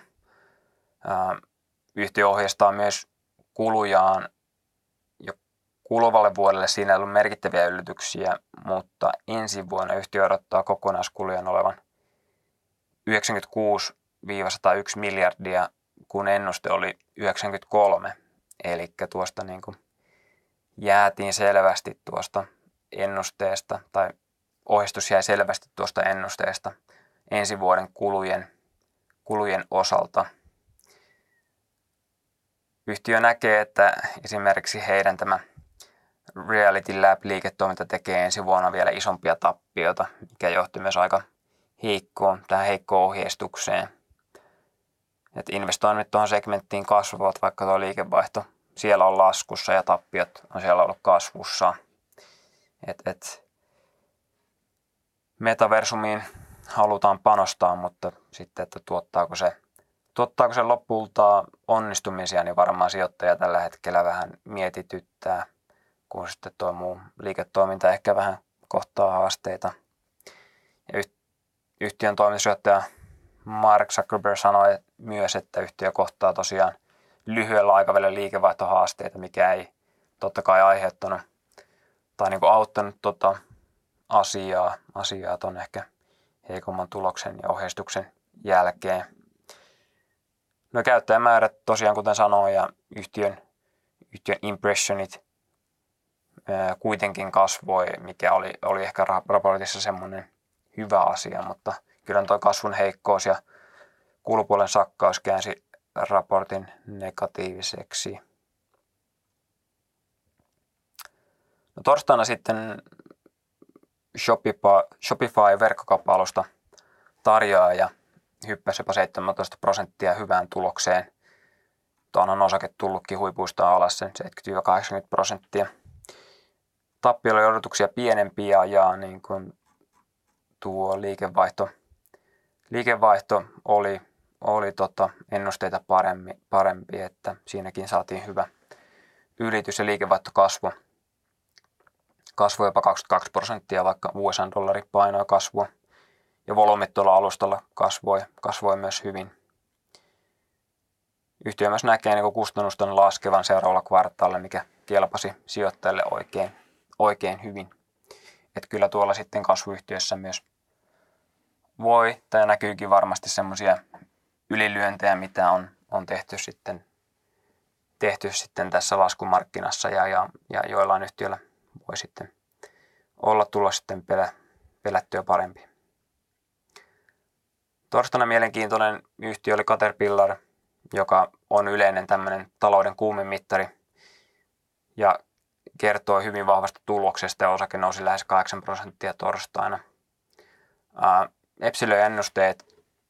Yhtiö ohjeistaa myös kulujaan jo kuluvalle vuodelle, siinä ei ollut merkittäviä yllätyksiä, mutta ensi vuonna yhtiö odottaa kokonaiskulujen olevan 96-101 miljardia, kun ennuste oli 93, eli tuosta niin kuin jäätiin selvästi tuosta ennusteesta, tai ohjeistus jäi selvästi tuosta ennusteesta ensi vuoden kulujen osalta. Yhtiö näkee, että esimerkiksi heidän tämä Reality Lab-liiketoiminta tekee ensi vuonna vielä isompia tappioita, mikä johti myös aika heikkoon ohjeistukseen. Et investoinnit tuohon segmenttiin kasvavat, vaikka tuo liikevaihto siellä on laskussa ja tappiot on siellä ollut kasvussa. Metaversumiin halutaan panostaa, mutta sitten, että tuottaako se lopulta onnistumisia, niin varmaan sijoittaja tällä hetkellä vähän mietityttää, kun sitten tuo muu liiketoiminta ehkä vähän kohtaa haasteita. Ja yhtiön toimitusjohtaja Mark Zuckerberg sanoi myös, että yhtiö kohtaa tosiaan lyhyellä aikavälillä liikevaihtohaasteita, mikä ei totta kai aiheuttanut tai niin kuin auttanut asiaa ton ehkä heikomman tuloksen ja ohjeistuksen jälkeen. No käyttäjämäärät tosiaan, kuten sanoin, ja yhtiön impressionit kuitenkin kasvoi, mikä oli ehkä raportissa semmoinen hyvä asia, mutta kyllä tuo kasvun heikkous ja kulupuolen sakkaus käänsi raportin negatiiviseksi. No, torstaina sitten Shopify-verkkokauppaalusta tarjoaja hyppäsi jopa 17% hyvään tulokseen. Tuon on osake tullutkin huipuista alas sen 70-80%. Tappiolla oli odotuksia pienempiä ja niin kuin tuo liikevaihto oli ennusteita parempi, että siinäkin saatiin hyvä ylitys ja liikevaihto kasvoi jopa 22%, vaikka USA-dollari painoi kasvua. Ja volyymit tuolla alustalla kasvoi myös hyvin. Yhtiö myös näkee niin kustannusten laskevan seuraavalla kvartaalilla, mikä kelpasi sijoittajille oikein hyvin. Että kyllä tuolla sitten kasvuyhtiössä myös näkyykin varmasti semmoisia ylilyöntejä, mitä on tehty sitten tässä laskumarkkinassa ja joillain yhtiöillä voi sitten olla tulla sitten pelättyä parempi. Torstaina mielenkiintoinen yhtiö oli Caterpillar, joka on yleinen tämmöinen talouden kuumemittari ja kertoo hyvin vahvasta tuloksesta ja osake nousi lähes 8% torstaina. Epsilon ennusteet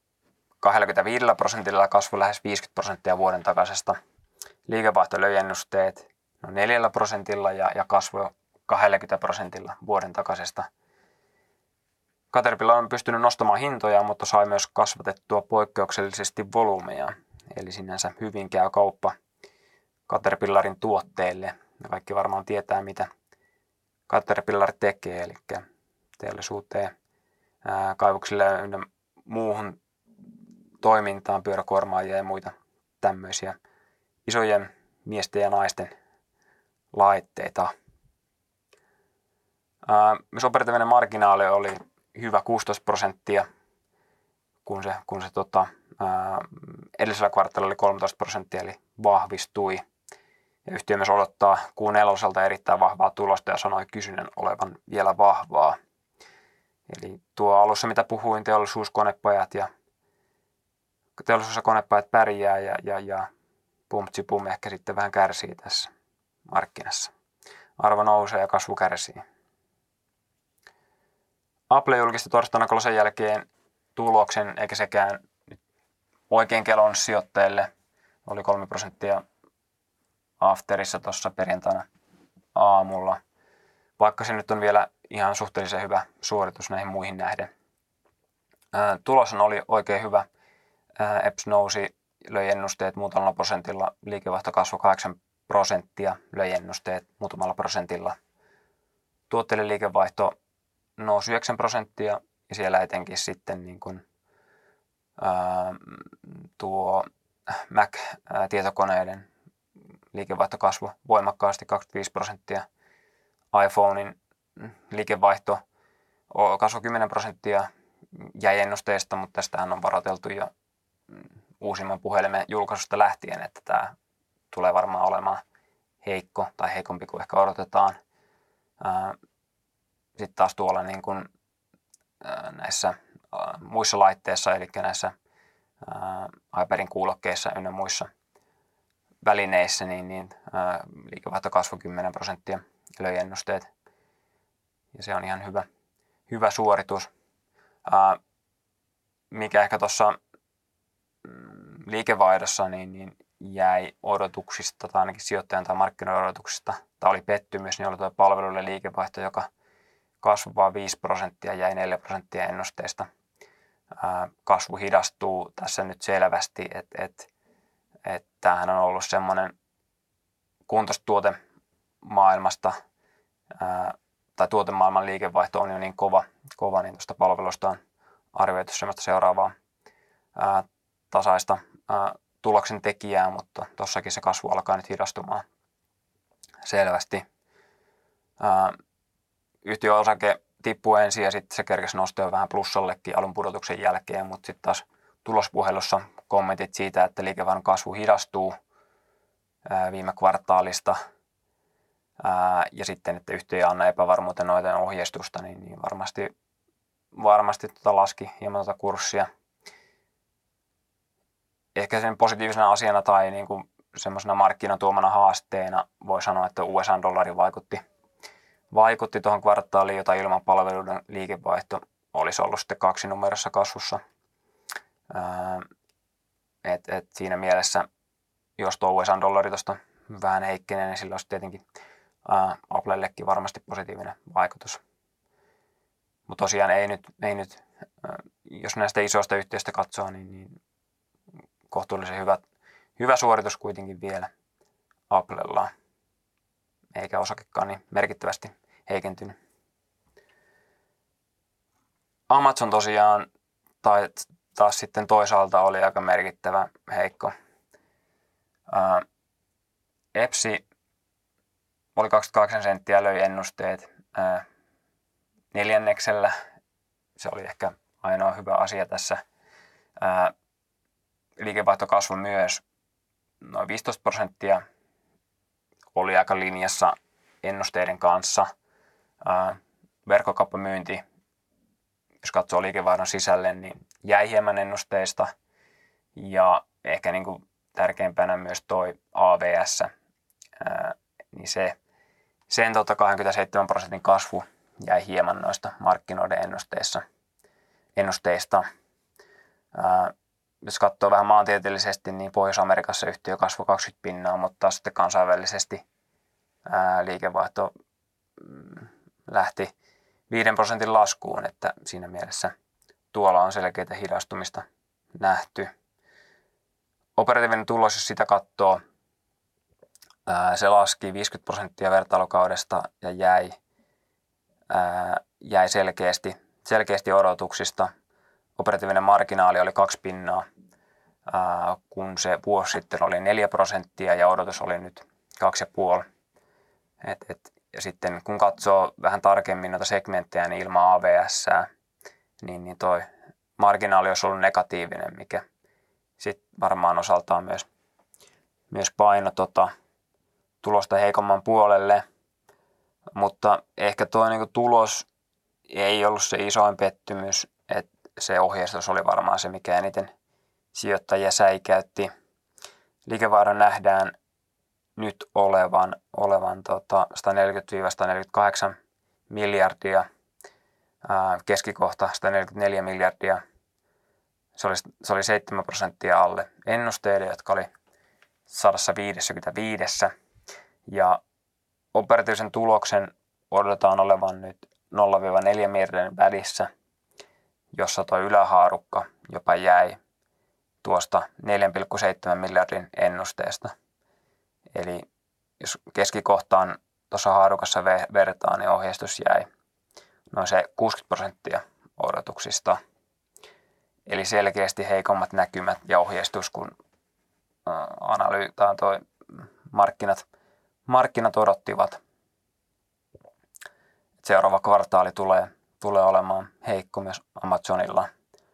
25% kasvu lähes 50% vuoden takaisesta. Liikevaihto löi ennusteet 4% ja kasvoi 20% vuoden takaisesta. Caterpillar on pystynyt nostamaan hintoja, mutta sai myös kasvatettua poikkeuksellisesti volyymeja. Eli sinänsä hyvin käy kauppa Caterpillarin tuotteille. Kaikki varmaan tietää, mitä Caterpillar tekee, eli teollisuuteen, kaivoksille ja muuhun toimintaan, pyöräkuormaajia ja muita tämmöisiä isojen miesten ja naisten laitteita. Myös operatiivinen marginaali oli hyvä 16%, kun se edellisellä kvartaalilla oli 13%, eli vahvistui. Ja yhtiö myös odottaa Q4 erittäin vahvaa tulosta ja sanoi kysynnän olevan vielä vahvaa. Eli tuo alussa, mitä puhuin, teollisuuskonepajat ja pärjää ja Pum ehkä sitten vähän kärsii tässä markkinassa. Arvo nousee ja kasvu kärsii. Apple julkisti torstaina kolosen jälkeen tuloksen, eikä sekään oikein kelon sijoittajille. Oli 3% afterissa tuossa perjantaina aamulla. Vaikka se nyt on vielä ihan suhteellisen hyvä suoritus näihin muihin nähden. Tulos oli oikein hyvä. EPS nousi, löi ennusteet muutamalla prosentilla. Liikevaihto kasvoi 8%, löi ennusteet muutamalla prosentilla. Tuotteiden liikevaihto nousi 9% ja siellä etenkin sitten niin kuin, tuo Mac-tietokoneiden liikevaihto kasvoi voimakkaasti 25%. iPhonein liikevaihto kasvoi 10%, jäi ennusteesta, mutta tästähän on varoiteltu jo uusimman puhelimen julkaisusta lähtien, että tämä tulee varmaan olemaan heikko tai heikompi kuin ehkä odotetaan. Sitten taas tuolla niin kuin näissä muissa laitteissa, eli näissä iPadin kuulokkeissa ynnä muissa välineissä, niin liikevaihto kasvoi 10%. löi ennusteet. Ja se on ihan hyvä suoritus. Mikä ehkä tuossa liikevaihdossa niin jäi odotuksista, tai ainakin sijoittajan tai markkinoiden odotuksista, tai oli pettymys, niin oli tuo palveluiden liikevaihto, joka kasvoi vain 5%, jäi 4% ennusteesta. Kasvu hidastuu tässä nyt selvästi, että tämähän on ollut semmoinen kuntostuotemaailmasta, tai tuotemaailman liikevaihto on jo niin kova niin tuosta palvelusta on arvioitu semmoista seuraavaa tasaista tuloksen tekijää, mutta tuossakin se kasvu alkaa nyt hidastumaan selvästi. Yhtiön osake tippui ensin ja sitten se kerkesi nostaa vähän plussallekin alun pudotuksen jälkeen, mutta sitten taas tulospuhelussa kommentit siitä, että liikevaihdon kasvu hidastuu viime kvartaalista ja sitten, että yhtiö anna epävarmuuteen noiden ohjeistusta, niin varmasti laski hieman kurssia. Ehkä sen positiivisena asiana tai niin kuin semmoisena markkinatuomana haasteena voi sanoa, että USA-dollari vaikutti tuohon kvartaaliin, jota ilman palveluiden liikevaihto olisi ollut sitten 2-numerossa kasvussa. Siinä mielessä, jos tuo USA-dollari tuosta vähän heikkenee, niin sillä olisi tietenkin Applellekin varmasti positiivinen vaikutus. Mutta tosiaan ei nyt, jos näistä isoista yhtiöistä katsoo, niin kohtuullisen hyvä suoritus kuitenkin vielä Applella, eikä osakekaan niin merkittävästi heikentynyt. Amazon tosiaan taas sitten toisaalta oli aika merkittävä heikko. EPSI oli 28 senttiä, löi ennusteet neljänneksellä. Se oli ehkä ainoa hyvä asia tässä. Liikevaihto kasvoi myös noin 15%, oli aika linjassa ennusteiden kanssa. Verkkokauppamyynti, jos katsoo liikevaihdon sisälle, niin jäi hieman ennusteista. Ja ehkä niin kuin tärkeimpänä myös toi AVS, niin sen 27% kasvu jäi hieman noista markkinoiden ennusteista. Jos katsoo vähän maantieteellisesti, niin Pohjois-Amerikassa yhtiö kasvoi 20%, mutta sitten kansainvälisesti liikevaihto lähti 5% laskuun, että siinä mielessä tuolla on selkeitä hidastumista nähty. Operatiivinen tulos, jos sitä katsoo, se laski 50% vertailukaudesta ja jäi selkeästi odotuksista. Operatiivinen marginaali oli 2%, kun se vuosi sitten oli 4% ja odotus oli nyt 2,5%. Ja sitten kun katsoo vähän tarkemmin noita segmenttejä niin ilman AVS, niin toi marginaali olisi ollut negatiivinen, mikä sitten varmaan osaltaan myös paino tulosta heikomman puolelle. Mutta ehkä tuo niinku tulos ei ollut se isoin pettymys, että se ohjeistus oli varmaan se, mikä eniten sijoittajia säikäytti. Liikevaihdon nähdään nyt olevan 140-148 miljardia, keskikohta 144 miljardia. Se oli 7% alle ennusteiden, jotka oli 155. Ja operatiivisen tuloksen odotetaan olevan nyt 0-4 miljardin välissä, jossa tuo ylähaarukka jopa jäi tuosta 4,7 miljardin ennusteesta. Eli jos keskikohtaan tuossa haarukassa vertaa, niin ohjeistus jäi noin se 60% odotuksista. Eli selkeästi heikommat näkymät ja ohjeistus, kun markkinat odottivat. Seuraava kvartaali tulee olemaan heikko myös Amazonilla.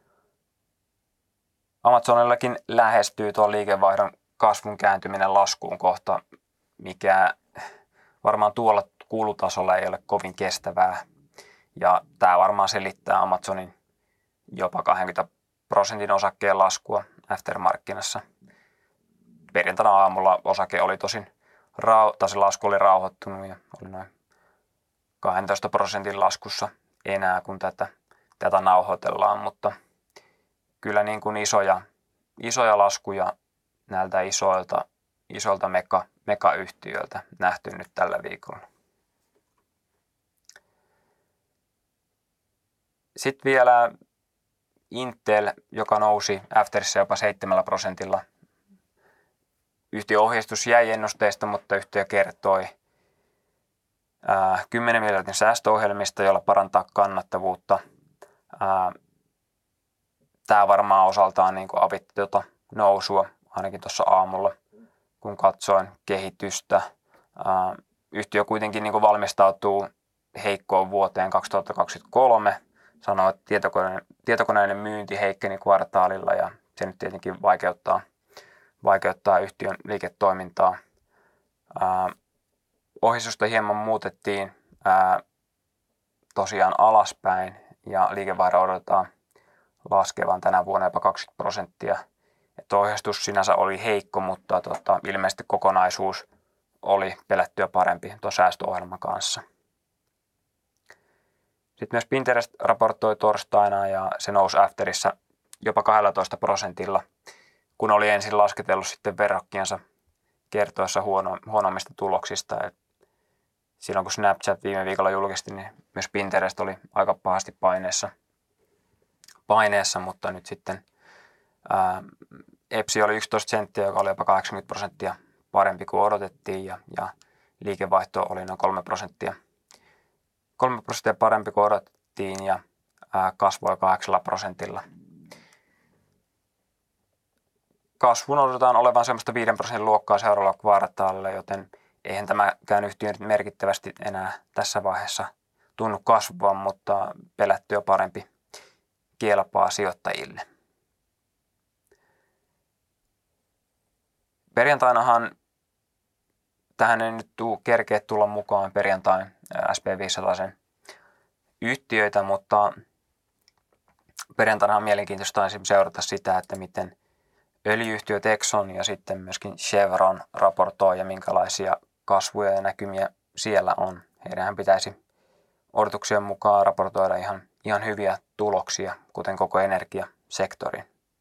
Amazonillakin lähestyy tuon liikevaihdon kasvun kääntyminen laskuun kohta, mikä varmaan tuolla kulutasolla ei ole kovin kestävää. Ja tämä varmaan selittää Amazonin jopa 20% osakkeen laskua aftermarkkinassa. Perjantaina aamulla osake oli se lasku oli rauhoittunut ja oli noin 12% laskussa enää, kun tätä nauhoitellaan, mutta kyllä niin kuin isoja laskuja näiltä isoilta megayhtiöiltä nähty nyt tällä viikolla. Sitten vielä Intel, joka nousi afterissa jopa 7%. Yhtiön ohjeistus jäi ennusteista, mutta yhtiö kertoi 10 miljardin säästöohjelmista, jolla parantaa kannattavuutta. Tämä varmaan osaltaan niin kuin avitti nousua, ainakin tuossa aamulla, kun katsoin kehitystä. Yhtiö kuitenkin niin kuin valmistautuu heikkoon vuoteen 2023. Sanoi, että tietokoneiden myynti heikkeni kvartaalilla ja se nyt tietenkin vaikeuttaa yhtiön liiketoimintaa. Ohjeistusta hieman muutettiin tosiaan alaspäin ja liikevaihdon odotetaan laskevan tänä vuonna jopa 20%. Että ohjeistus sinänsä oli heikko, mutta ilmeisesti kokonaisuus oli pelättyä parempi tuon säästöohjelman kanssa. Sitten myös Pinterest raportoi torstaina ja se nousi afterissa jopa 12%, kun oli ensin lasketellut sitten verrokkiensa kertoessa huonommista tuloksista. Et silloin kun Snapchat viime viikolla julkisti, niin myös Pinterest oli aika pahasti paineessa, mutta nyt sitten EPSI oli 11 senttiä, joka oli jopa 80% parempi kuin odotettiin ja liikevaihto oli noin 3% parempi kuin odotettiin ja kasvoi 8%. Kasvun odotetaan olevan semmoista 5% luokkaa seuraavalla kvartaalilla, joten eihän tämäkään yhtiö merkittävästi enää tässä vaiheessa tunnu kasvua, mutta pelättyä parempi kelpaa sijoittajille. Perjantainahan tähän ei nyt kerkeä tulla mukaan perjantain SP500 yhtiöitä, mutta perjantaina on mielenkiintoista seurata sitä, että miten öljy-yhtiöt Exxon ja sitten myöskin Chevron raportoi ja minkälaisia kasvuja ja näkymiä siellä on. Heidänhän pitäisi odotuksien mukaan raportoida ihan hyviä tuloksia, kuten koko energiasektori.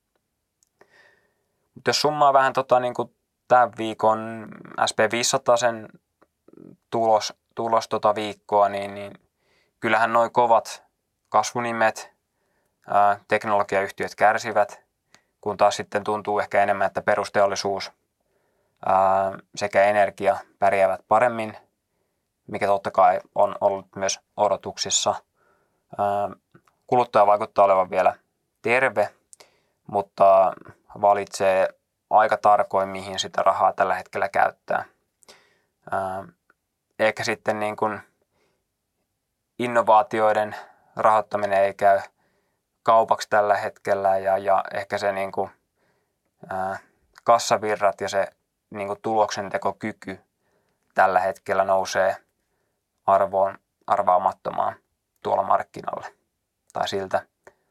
Mutta jos summaa vähän niin kuin tämän viikon SP500 tulos viikkoa, niin kyllähän nuo kovat kasvunimet, teknologiayhtiöt kärsivät, kun taas sitten tuntuu ehkä enemmän, että perusteollisuus sekä energia pärjäävät paremmin, mikä totta kai on ollut myös odotuksissa. Kuluttaja vaikuttaa olevan vielä terve, mutta valitsee aika tarkoin, mihin sitä rahaa tällä hetkellä käyttää. Ehkä sitten niin kuin innovaatioiden rahoittaminen ei käy kaupaksi tällä hetkellä ja ehkä se niin kuin, kassavirrat ja se niin kuin tuloksentekokyky tällä hetkellä nousee arvaamattomaan tuolla markkinalle. Tai siltä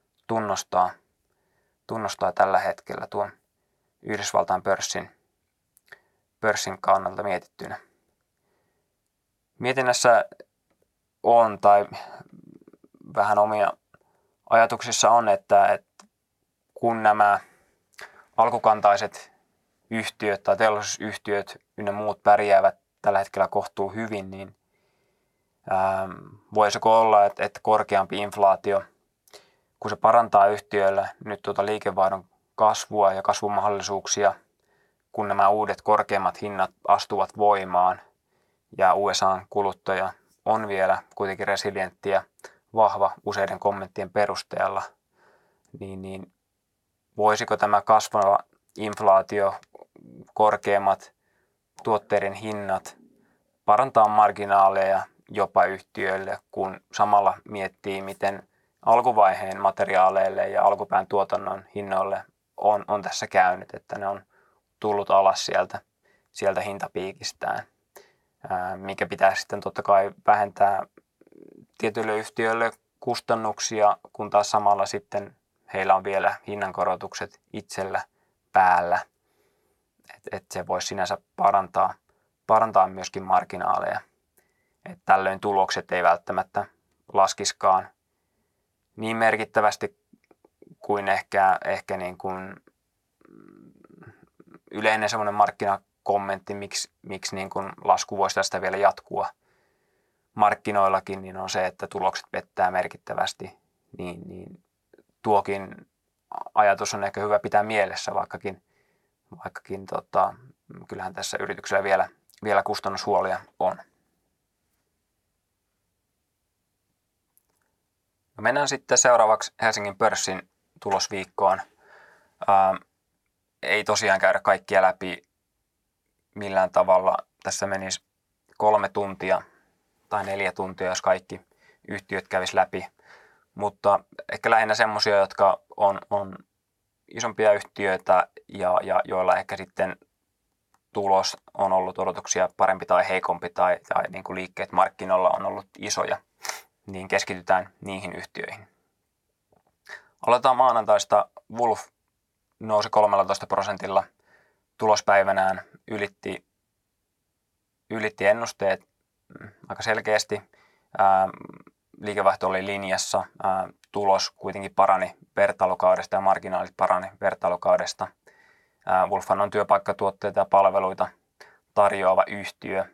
tunnustaa tällä hetkellä tuon Yhdysvaltain pörssin kannalta mietittynä. Mietinnässä on, tai vähän omia ajatuksissa on, että kun nämä alkukantaiset yhtiöt tai teollisuusyhtiöt ynnä muut pärjäävät tällä hetkellä kohtuu hyvin, niin voisiko olla, että korkeampi inflaatio, kun se parantaa yhtiöillä nyt liikevaihdon kasvua ja kasvumahdollisuuksia, kun nämä uudet korkeammat hinnat astuvat voimaan ja USA:n kuluttaja on vielä kuitenkin resilientti ja vahva useiden kommenttien perusteella, niin voisiko tämä kasvava inflaatio, korkeammat tuotteiden hinnat parantaa marginaaleja jopa yhtiöille, kun samalla miettii, miten alkuvaiheen materiaaleille ja alkupään tuotannon hinnoille on tässä käynyt, että ne on tullut alas sieltä hintapiikistään, mikä pitää sitten totta kai vähentää tietyille yhtiöille kustannuksia, kun taas samalla sitten heillä on vielä hinnankorotukset itsellä päällä, että se voisi sinänsä parantaa myöskin marginaaleja. että tällöin tulokset ei välttämättä laskiskaan niin merkittävästi kuin ehkä niin kuin yleinen semmoinen markkinakommentti, miksi niin kuin lasku voisi tästä vielä jatkua markkinoillakin, niin on se, että tulokset pettää merkittävästi, niin tuokin ajatus on ehkä hyvä pitää mielessä, vaikkakin kyllähän tässä yrityksellä vielä kustannushuolia on. No mennään sitten seuraavaksi Helsingin pörssin tulosviikkoon. Ei tosiaan käydä kaikkia läpi millään tavalla. Tässä menisi 3 tuntia tai 4 tuntia, jos kaikki yhtiöt kävisi läpi. Mutta ehkä lähinnä semmoisia, jotka on isompia yhtiöitä ja joilla ehkä sitten tulos on ollut odotuksia parempi tai heikompi tai niin kuin liikkeet markkinoilla on ollut isoja, niin keskitytään niihin yhtiöihin. Aloitetaan maanantaista. Wolf nousi 13%. Tulospäivänään ylitti ennusteet aika selkeästi. Liikevaihto oli linjassa. Tulos kuitenkin parani vertailukaudesta ja marginaalit parani vertailukaudesta. Wolfhan on työpaikkatuotteita ja palveluita tarjoava yhtiö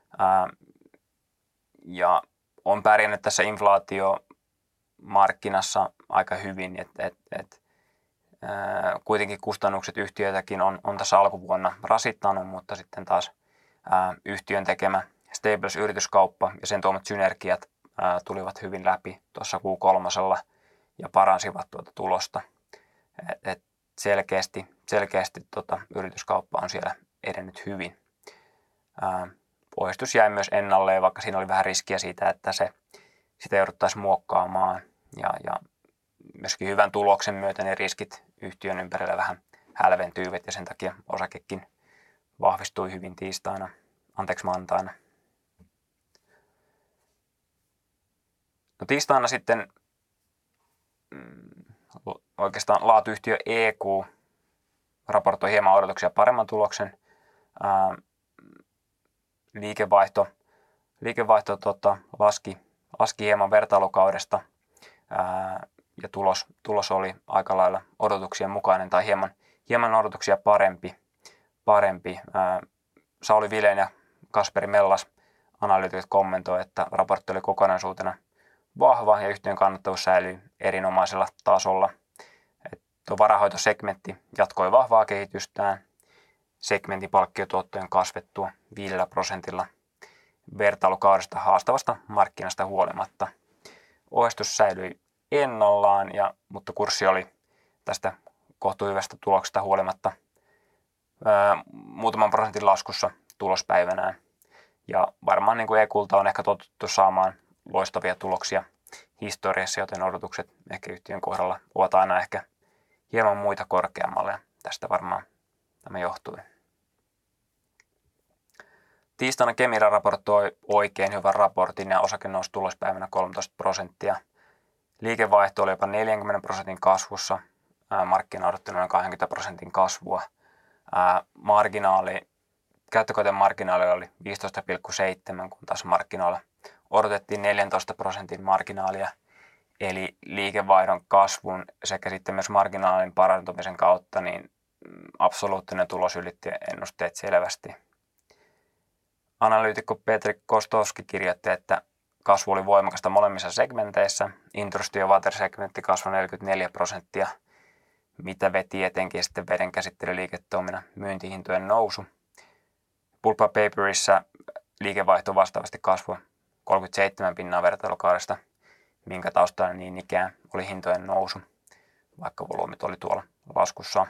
ja on pärjännyt tässä inflaatiomarkkinassa aika hyvin, että kuitenkin kustannukset yhtiöitäkin on tässä alkuvuonna rasittanut, mutta sitten taas yhtiön tekemä Stables-yrityskauppa ja sen tuomat synergiat tulivat hyvin läpi tuossa Q3 ja paransivat tuota tulosta. Et selkeästi yrityskauppa on siellä edennyt hyvin. Pohjistus jäi myös ennalleen, vaikka siinä oli vähän riskiä siitä, että sitä jouduttaisiin muokkaamaan. Ja myöskin hyvän tuloksen myötä ne riskit yhtiön ympärillä vähän hälventyivät ja sen takia osakekin vahvistui hyvin maanantaina. No tiistaina sitten oikeastaan laatuyhtiö EQ raportoi hieman odotuksia paremman tuloksen. Liikevaihto laski hieman vertailukaudesta ja tulos oli aika lailla odotuksien mukainen tai hieman odotuksia parempi. Sauli Vilén ja Kasperi Mellas analyytikot kommentoi, että raportti oli kokonaisuutena vahva ja yhtiön kannattavuus säilyi erinomaisella tasolla. Tuo varainhoitosegmentti jatkoi vahvaa kehitystään. Segmentin palkkiotuottojen kasvettua 5% vertailukaudesta haastavasta markkinasta huolimatta. Ohjeistus säilyi ennallaan, mutta kurssi oli tästä kohtuuhyvästä tuloksesta huolimatta muutaman prosentin laskussa tulospäivänään. Ja varmaan niin kuin EQ:lta on ehkä totuttu saamaan loistavia tuloksia historiassa, joten odotukset ehkä yhtiön kohdalla ovat aina ehkä hieman muita korkeammalle ja tästä varmaan tämä johtui. Tiistaina Kemira raportoi oikein hyvän raportin ja osake nousi tulospäivänä 13%. Liikevaihto oli jopa 40% kasvussa, markkina odotti noin 20% kasvua. Käyttökohteen marginaali oli 15,7, kun taas markkinoilla odotettiin 14% marginaalia. Eli liikevaihdon kasvun sekä sitten myös marginaalin parantumisen kautta niin absoluuttinen tulos ylitti ennusteet selvästi. Analyytikko Petri Kostovski kirjoitti, että kasvu oli voimakasta molemmissa segmenteissä. Industry- ja water-segmentti kasvoi 44%, mitä veti etenkin sitten vedenkäsittelyliiketoiminnan myyntihintojen nousu. Pulp & Paperissa liikevaihto vastaavasti kasvoi 37% vertailukaudesta, minkä taustalla niin ikään oli hintojen nousu, vaikka volyymit oli tuolla laskussa.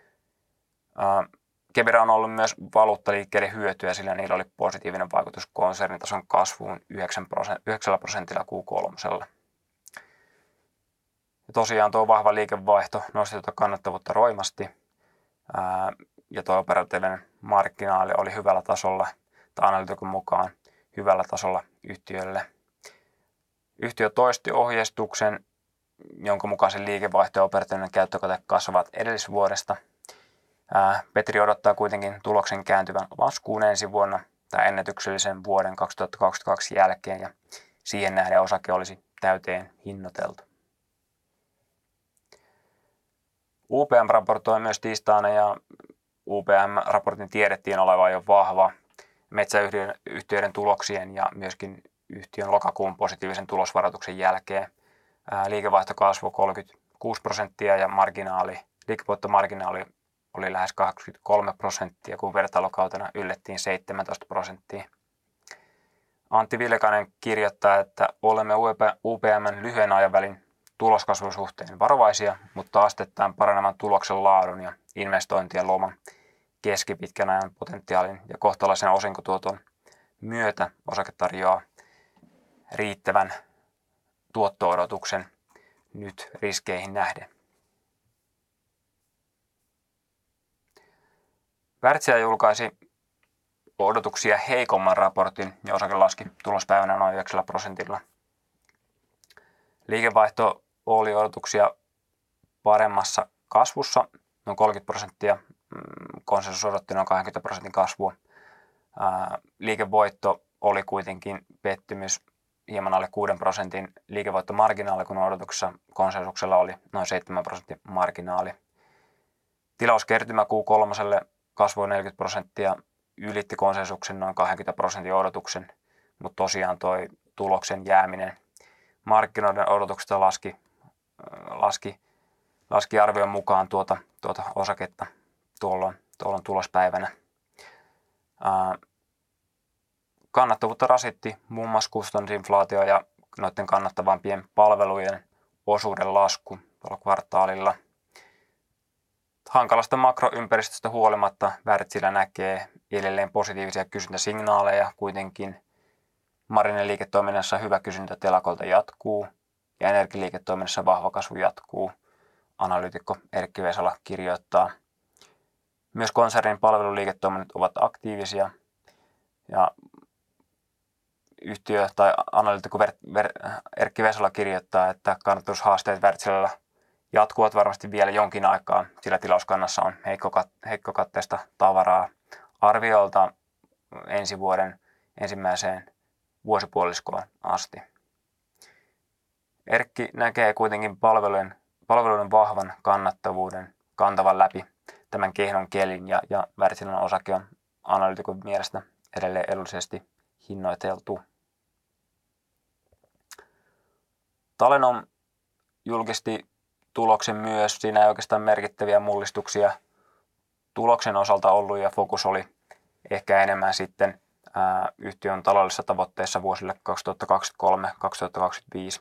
Kemira on ollut myös valuuttaliikkeiden hyötyä, sillä niillä oli positiivinen vaikutus konsernitason kasvuun 9% Q3. Ja tosiaan tuo vahva liikevaihto nosti tuota kannattavuutta roimasti ja tuo operatiivinen marginaali oli hyvällä tasolla tai analyytikon mukaan hyvällä tasolla yhtiölle. Yhtiö toisti ohjeistuksen, jonka mukaan sen liikevaihto ja operatiivinen käyttökate kasvavat edellisvuodesta. Petri odottaa kuitenkin tuloksen kääntyvän laskuun ensi vuonna tai ennätyksellisen vuoden 2022 jälkeen ja siihen nähden osake olisi täyteen hinnoiteltu. UPM raportoi myös tiistaina ja UPM-raportin tiedettiin olevan jo vahva metsäyhtiöiden tuloksien ja myöskin yhtiön lokakuun positiivisen tulosvaroituksen jälkeen. Liikevaihto kasvoi 36% ja liikevoittomarginaali oli lähes 23%, kun vertailukautena yllettiin 17%. Antti Vilkanen kirjoittaa, että olemme UPM:n lyhyen aikavälin tuloskasvun suhteen varovaisia, mutta asteittain paranevan tuloksen laadun ja investointien luoman keskipitkän ajan potentiaalin ja kohtalaisen osinkotuoton myötä osake tarjoaa riittävän tuotto-odotuksen nyt riskeihin nähden. Wärtsilä julkaisi odotuksia heikomman raportin ja osake laski tulospäivänä noin 9%. Liikevaihto oli odotuksia paremmassa kasvussa, noin 30%, konsensus odotti noin 20% kasvua. Liikevoitto oli kuitenkin pettymys hieman alle 6% liikevoittomarginaali, kun odotuksessa konsensuksella oli noin 7% marginaali. Tilauskertymä Q3 kasvoi 40%, ylitti konsensuksen noin 20% odotuksen, mutta tosiaan toi tuloksen jääminen markkinoiden odotuksesta laski arvion mukaan tuota osaketta tuolloin tulospäivänä. Kannattavuutta rasitti muun muassa kustannusinflaatio ja noiden kannattavampien palvelujen osuuden lasku tuolla kvartaalilla. Hankalasta makroympäristöstä huolimatta Wärtsilä näkee edelleen positiivisia kysyntäsignaaleja. Kuitenkin marinen liiketoiminnassa hyvä kysyntä telakolta jatkuu ja energialiiketoiminnassa vahva kasvu jatkuu, analyytikko Erkki Vesala kirjoittaa. Myös konsernin palveluliiketoiminnat ovat aktiivisia ja yhtiö tai analyytikko Erkki Vesala kirjoittaa, että kannattavuushaasteet Wärtsilällä jatkuvat varmasti vielä jonkin aikaa, sillä tilauskannassa on heikkokatteista tavaraa arviolta ensi vuoden ensimmäiseen vuosipuoliskoon asti. Erkki näkee kuitenkin palveluiden vahvan kannattavuuden kantavan läpi tämän kehnon kelin ja Wärtsilän osake on analyytikon mielestä edelleen edullisesti hinnoiteltu. Talenom julkisti tuloksen myös. Siinä ei oikeastaan merkittäviä mullistuksia tuloksen osalta ollut ja fokus oli ehkä enemmän sitten yhtiön taloudellisissa tavoitteissa vuosille 2023-2025.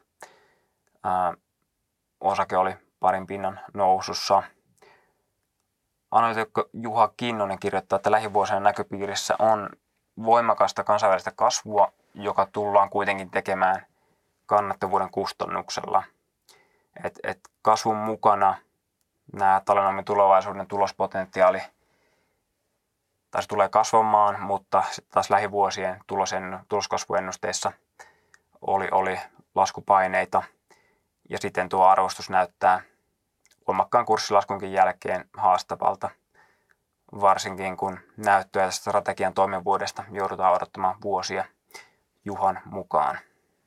Osake oli parin pinnan nousussa. Analyytikko Juha Kinnunen kirjoittaa, että lähivuosina näköpiirissä on voimakasta kansainvälistä kasvua, joka tullaan kuitenkin tekemään kannattavuuden kustannuksella. Et kasvun mukana nämä Talenomin tulevaisuuden tulospotentiaali taas tulee kasvamaan, mutta sitten taas lähivuosien tuloskasvuennusteissa oli laskupaineita ja sitten tuo arvostus näyttää voimakkaan kurssilaskunkin jälkeen haastavalta, varsinkin kun näyttöä tästä strategian toimivuudesta joudutaan odottamaan vuosia Juhan mukaan.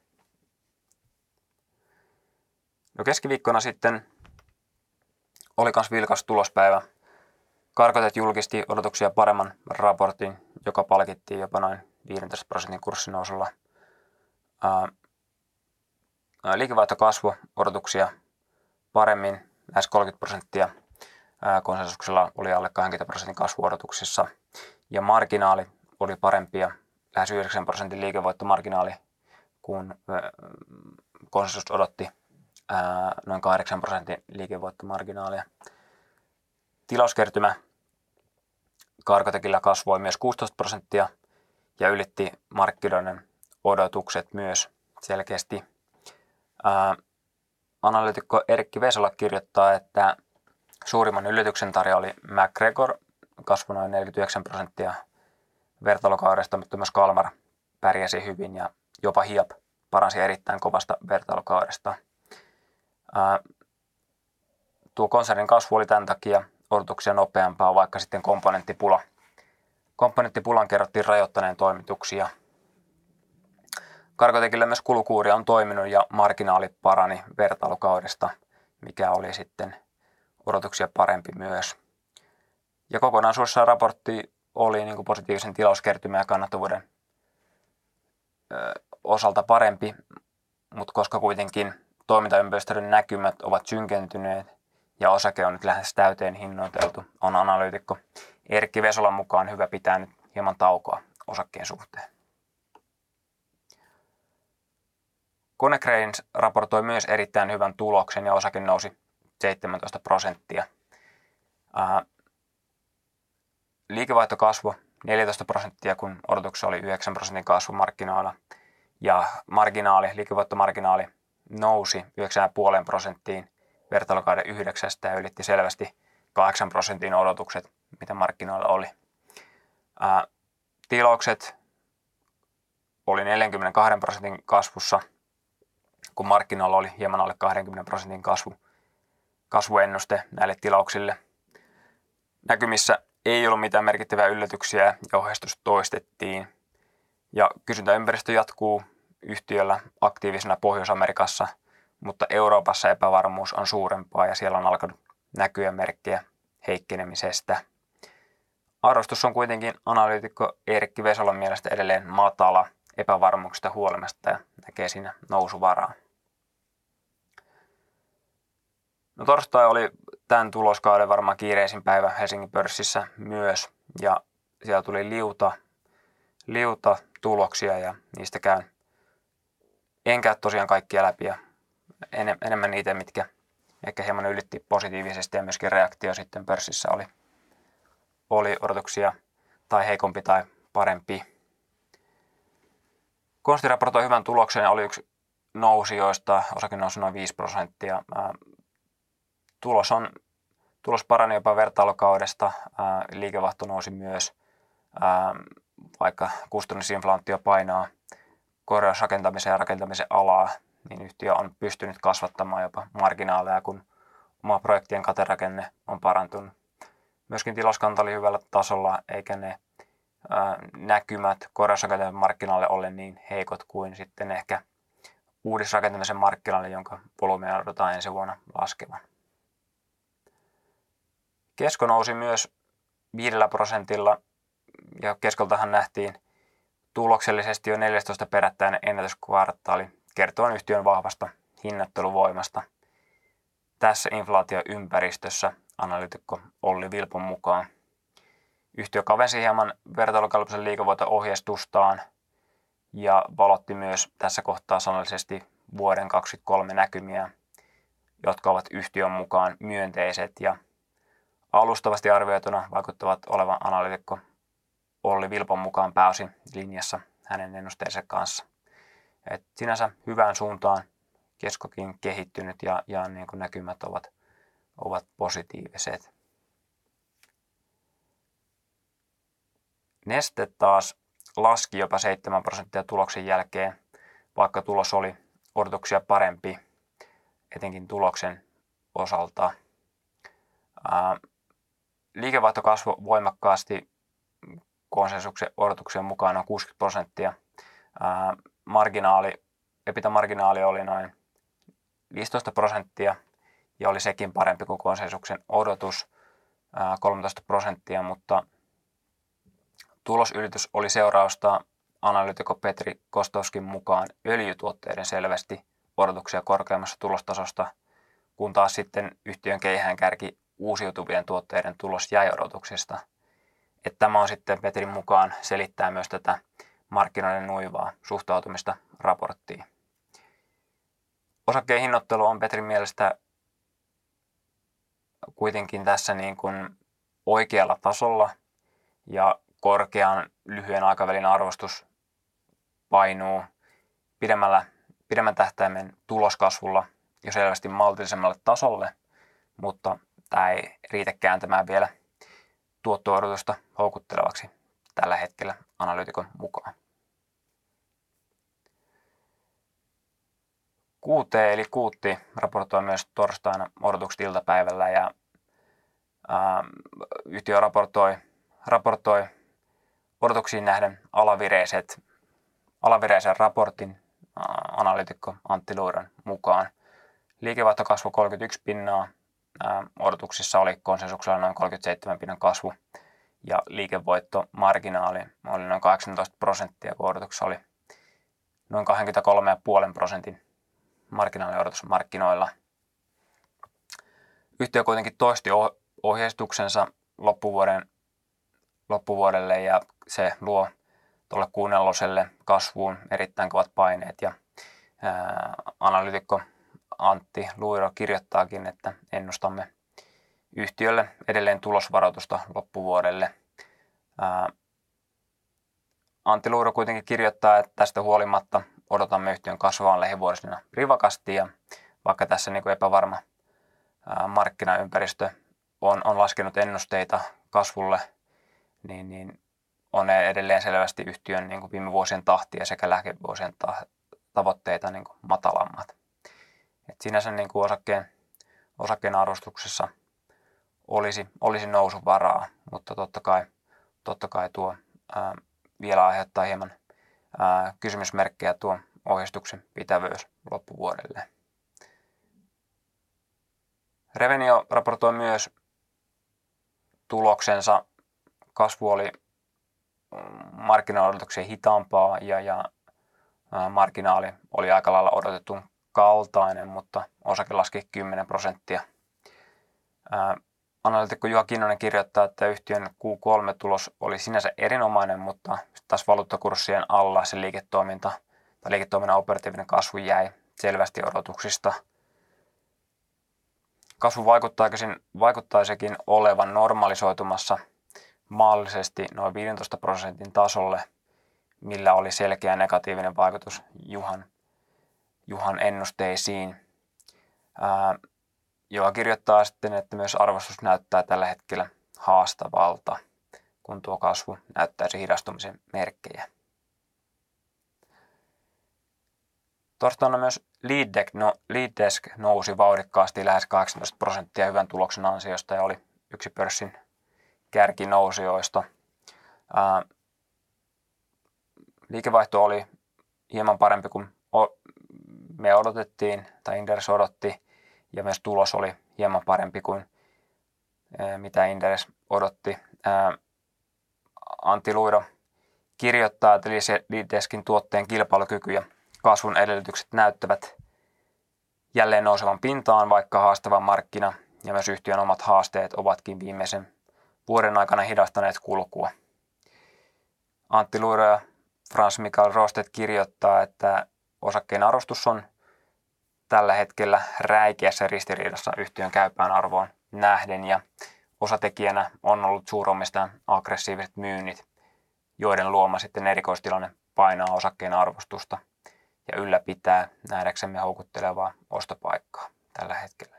No keskiviikkona sitten oli myös vilkas tulospäivä. Cargotec julkisti odotuksia paremman raportin, joka palkittiin jopa noin 15% kurssinousulla. Liikevaihto kasvoi odotuksia paremmin, lähes 30%. Konsensuksella oli alle 20% kasvuodotuksissa. Ja marginaali oli parempia, lähes 9% liikevoittomarginaali, kun konsensus odotti noin 8% liikevoittomarginaalia. Tilauskertymä Cargotecilla kasvoi myös 16% ja ylitti markkinoiden odotukset myös selkeästi. Analyytikko Erkki Vesala kirjoittaa, että suurimman yllätyksen tarjoili MacGregor, kasvoi noin 49% vertailukaudesta, mutta myös Kalmar pärjäsi hyvin ja jopa Hiab paransi erittäin kovasta vertailukaudesta. Tuo konsernin kasvu oli tämän takia odotuksia nopeampaa, vaikka sitten Komponenttipulan kerrottiin rajoittaneen toimituksia. Cargotecillä myös kulukuuri on toiminut ja marginaali parani vertailukaudesta, mikä oli sitten odotuksia parempi myös. Ja kokonaisuudessaan raportti oli niin kuin positiivisen tilauskertymän ja kannattavuuden osalta parempi, mutta koska kuitenkin toimintaympäristön näkymät ovat synkentyneet ja osake on nyt lähes täyteen hinnoiteltu, on analyytikko Erkki Vesolan mukaan hyvä pitää nyt hieman taukoa osakkeen suhteen. Konecranes raportoi myös erittäin hyvän tuloksen ja osake nousi 17%. Liikevaihto kasvoi 14%, kun odotuksessa oli 9% kasvu markkinoilla. Ja liikevoittomarginaali nousi 9,5% vertailukauden 9 ja ylitti selvästi 8% odotukset, mitä markkinoilla oli. Tilaukset oli 42% kasvussa, kun markkinoilla oli hieman alle 20% kasvuennuste näille tilauksille. Näkymissä ei ollut mitään merkittäviä yllätyksiä ja ohjeistus toistettiin. Ja kysyntäympäristö jatkuu yhtiöllä aktiivisena Pohjois-Amerikassa, mutta Euroopassa epävarmuus on suurempaa ja siellä on alkanut näkyä merkkejä heikkenemisestä. Arvostus on kuitenkin analyytikko Erkki Vesolan mielestä edelleen matala epävarmuuksista huolimatta ja näkee siinä nousuvaraa. No, torstai oli tämän tuloskauden varmaan kiireisin päivä Helsingin pörssissä myös ja siellä tuli liuta tuloksia ja niistä en käy tosiaan kaikkia läpi ja enemmän niitä, mitkä ehkä hieman ylitti positiivisesti ja myöskin reaktio sitten pörssissä oli odotuksia tai heikompi tai parempi. Konsti raportoi hyvän tuloksen ja oli yksi nousijoista, osake nousi noin 5%. Tulos parani jopa vertailukaudesta, liikevaihto nousi myös, vaikka kustannusinflaatio painaa korjausrakentamisen ja rakentamisen alaa, niin yhtiö on pystynyt kasvattamaan jopa marginaaleja, kun oma projektien katerakenne on parantunut. Myöskin tilauskanta oli hyvällä tasolla, eikä ne näkymät korjausrakentamisen markkinalle ole niin heikot kuin sitten ehkä uudisrakentamisen markkinalle, jonka volyymia odotetaan ensi vuonna laskevan. Kesko nousi myös 5% ja Keskoltahan nähtiin tuloksellisesti jo 14 perättäinen ennätyskvartaali kertoen yhtiön vahvasta hinnoitteluvoimasta. Tässä inflaatioympäristössä analyytikko Olli Vilpon mukaan yhtiö kavensi hieman vertailukelpoisen liikevoiton ohjeistustaan ja valotti myös tässä kohtaa sanallisesti vuoden 2023 näkymiä, jotka ovat yhtiön mukaan myönteiset ja alustavasti arvioituna vaikuttavat olevan analyytikko Olli Vilpon mukaan pääosin linjassa hänen ennusteensa kanssa. Et sinänsä hyvään suuntaan Keskokin kehittynyt ja niin kuin näkymät ovat positiiviset. Neste taas laski jopa 7% tuloksen jälkeen, vaikka tulos oli odotuksia parempi, etenkin tuloksen osalta. Liikevaihto kasvoi voimakkaasti konsensuksen odotuksen mukaan noin 60%. EBITDA-marginaali oli noin 15% ja oli sekin parempi kuin konsensuksen odotus 13%, mutta tulosylitys oli seurausta analyytikko Petri Kostowskin mukaan öljytuotteiden selvästi odotuksia korkeammassa tulostasosta, kun taas sitten yhtiön keihäänkärki uusiutuvien tuotteiden tulos jäi odotuksesta. Että tämä on sitten Petrin mukaan selittää myös tätä markkinoiden nuivaa suhtautumista raporttiin. Osakkeen hinnoittelu on Petrin mielestä kuitenkin tässä niin kuin oikealla tasolla ja korkean lyhyen aikavälin arvostus painuu pidemmän tähtäimen tuloskasvulla jo selvästi maltillisemmalle tasolle, mutta tämä ei riitä kääntämään vielä tuotto-odotusta houkuttelevaksi tällä hetkellä analyytikon mukaan. QT eli Kuutti raportoi myös torstaina odotukset iltapäivällä ja yhtiö raportoi odotuksiin nähden alavireisen raportin analyytikko Antti Luiron mukaan. Liikevaihto kasvoi 31%, odotuksissa oli konsensuksella noin 37% kasvu ja liikevoittomarginaali oli noin 18%, kun odotuksessa oli noin 23,5% marginaaliodotus markkinoilla. Yhtiö kuitenkin toisti ohjeistuksensa loppuvuodelle ja se luo tuolle Q4 kasvuun erittäin kovat paineet ja analyytikko Antti Luiro kirjoittaakin, että ennustamme yhtiölle edelleen tulosvaroitusta loppuvuodelle. Antti Luiro kuitenkin kirjoittaa, että tästä huolimatta odotamme yhtiön kasvavan lähivuosina rivakasti ja vaikka tässä niin kuin epävarma markkinaympäristö on laskenut ennusteita kasvulle, niin on edelleen selvästi yhtiön niin kuin viime vuosien tahtia sekä lähivuosien tavoitteita niin kuin matalammat. Et sinänsä niin kuin osakkeen arvostuksessa olisi nousuvaraa, mutta totta kai tuo vielä aiheuttaa hieman kysymysmerkkejä tuo ohjeistuksen pitävyys loppuvuodelle. Revenio raportoi myös tuloksensa. Kasvu oli markkinaodotuksia hitaampaa ja marginaali oli aika lailla odotetun kaltainen, mutta osake laski 10%. Analyytikko Juha Kinnunen kirjoittaa, että yhtiön Q3-tulos oli sinänsä erinomainen, mutta taas valuuttakurssien alla se liiketoiminnan operatiivinen kasvu jäi selvästi odotuksista. Kasvu vaikuttaisikin olevan normalisoitumassa maallisesti noin 15% tasolle, millä oli selkeä negatiivinen vaikutus Juhan ennusteisiin. Juha kirjoittaa sitten, että myös arvostus näyttää tällä hetkellä haastavalta, kun tuo kasvu näyttäisi hidastumisen merkkejä. Torstaina myös LeadDesk nousi vauhdikkaasti lähes 18% hyvän tuloksen ansiosta ja oli yksi pörssin kärkinousijoista. Liikevaihto oli hieman parempi kuin me odotettiin tai Inderes odotti ja myös tulos oli hieman parempi kuin mitä Inderes odotti. Antti Luiro kirjoittaa, että LeadDeskin tuotteen kilpailukyky ja kasvun edellytykset näyttävät jälleen nousevan pintaan, vaikka haastava markkina ja myös yhtiön omat haasteet ovatkin viimeisen vuoden aikana hidastaneet kulkua. Antti Luiro ja Frans Mikael Rostedt kirjoittaa, että osakkeen arvostus on tällä hetkellä räikeässä ristiriidassa yhtiön käypään arvoon nähden ja osatekijänä on ollut suuromistajan aggressiiviset myynnit, joiden luoma sitten erikoistilanne painaa osakkeen arvostusta ja ylläpitää nähdäksemme houkuttelevaa ostopaikkaa tällä hetkellä.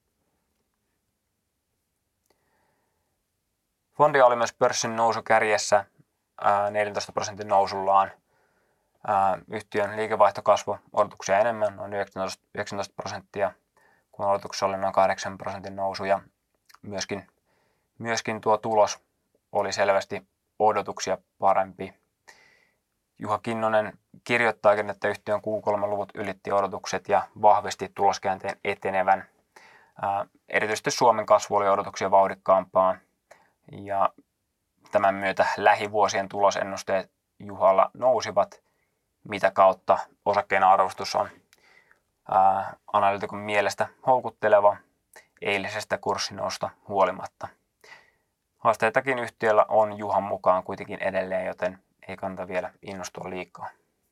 Fondia oli myös pörssin nousukärjessä 14% nousullaan. Yhtiön liikevaihto kasvoi odotuksia enemmän, noin 19%, kun odotuksessa oli noin 8% nousu ja myöskin tuo tulos oli selvästi odotuksia parempi. Juha Kinnunen kirjoittaakin, että yhtiön Q3-luvut ylitti odotukset ja vahvisti tuloskäänteen etenevän. Erityisesti Suomen kasvu oli odotuksia vauhdikkaampaa ja tämän myötä lähivuosien tulosennusteet Juhalla nousivat, mitä kautta osakkeen arvostus on analyytikon mielestä houkutteleva eilisestä kurssinousta huolimatta. Haasteitakin yhtiöllä on Juhan mukaan kuitenkin edelleen, joten ei kannata vielä innostua liikaa.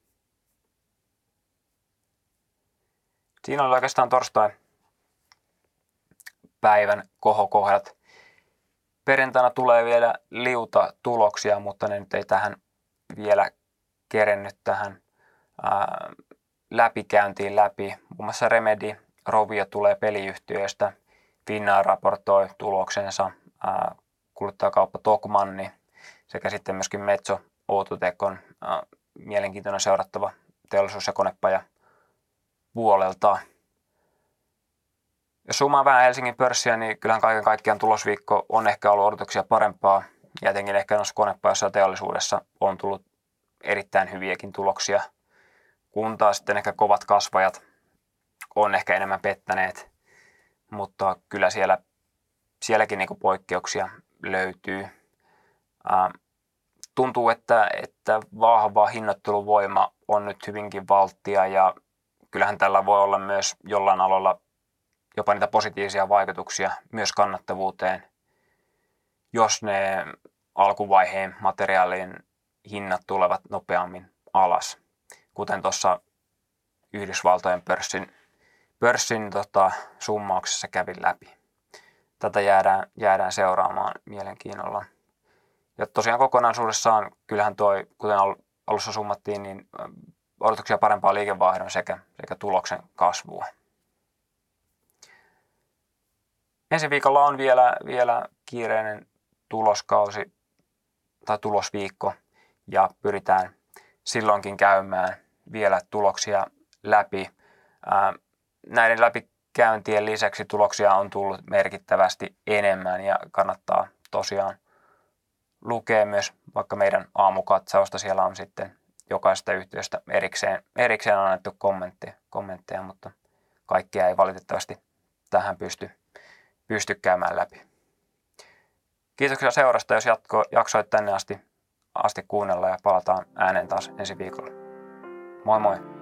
Siinä oli oikeastaan torstai-päivän kohokohdat. Perjantaina tulee vielä liuta tuloksia, mutta ne nyt ei tähän vielä kerennyt tähän läpikäyntiin läpi. Muun muassa Remedy, Rovio tulee peliyhtiöistä, Finnair raportoi tuloksensa, kuluttajakauppa Tokmanni sekä sitten myöskin Metso Outotec on mielenkiintoinen seurattava teollisuus- ja konepaja puolelta. Jos zoomaa vähän Helsingin pörssiä, niin kyllähän kaiken kaikkiaan tulosviikko on ehkä ollut odotuksia parempaa. Ja etenkin ehkä noissa konepajoissa ja teollisuudessa on tullut erittäin hyviäkin tuloksia, kun taas sitten ehkä kovat kasvajat on ehkä enemmän pettäneet, mutta kyllä sielläkin niin kuin poikkeuksia löytyy. Tuntuu, että vahva hinnoitteluvoima on nyt hyvinkin valttia ja kyllähän tällä voi olla myös jollain aloilla jopa niitä positiivisia vaikutuksia myös kannattavuuteen, jos ne alkuvaiheen materiaalien hinnat tulevat nopeammin alas, kuten tuossa Yhdysvaltojen pörssin summauksessa kävi läpi. Tätä jäädään seuraamaan mielenkiinnolla. Ja tosiaan kokonaisuudessaan kyllähän kuten alussa summattiin, niin odotuksia parempaa liikevaihdon sekä tuloksen kasvua. Ensi viikolla on vielä kiireinen tuloskausi tai tulosviikko ja pyritään silloinkin käymään vielä tuloksia läpi. Näiden läpikäyntien lisäksi tuloksia on tullut merkittävästi enemmän ja kannattaa tosiaan lukea myös vaikka meidän aamukatsausta. Siellä on sitten jokaisesta yhtiöstä erikseen annettu kommentteja, mutta kaikkia ei valitettavasti tähän pysty käymään läpi. Kiitoksia seurasta, jos jaksoit tänne asti kuunnella ja palataan ääneen taas ensi viikolla. Moi moi!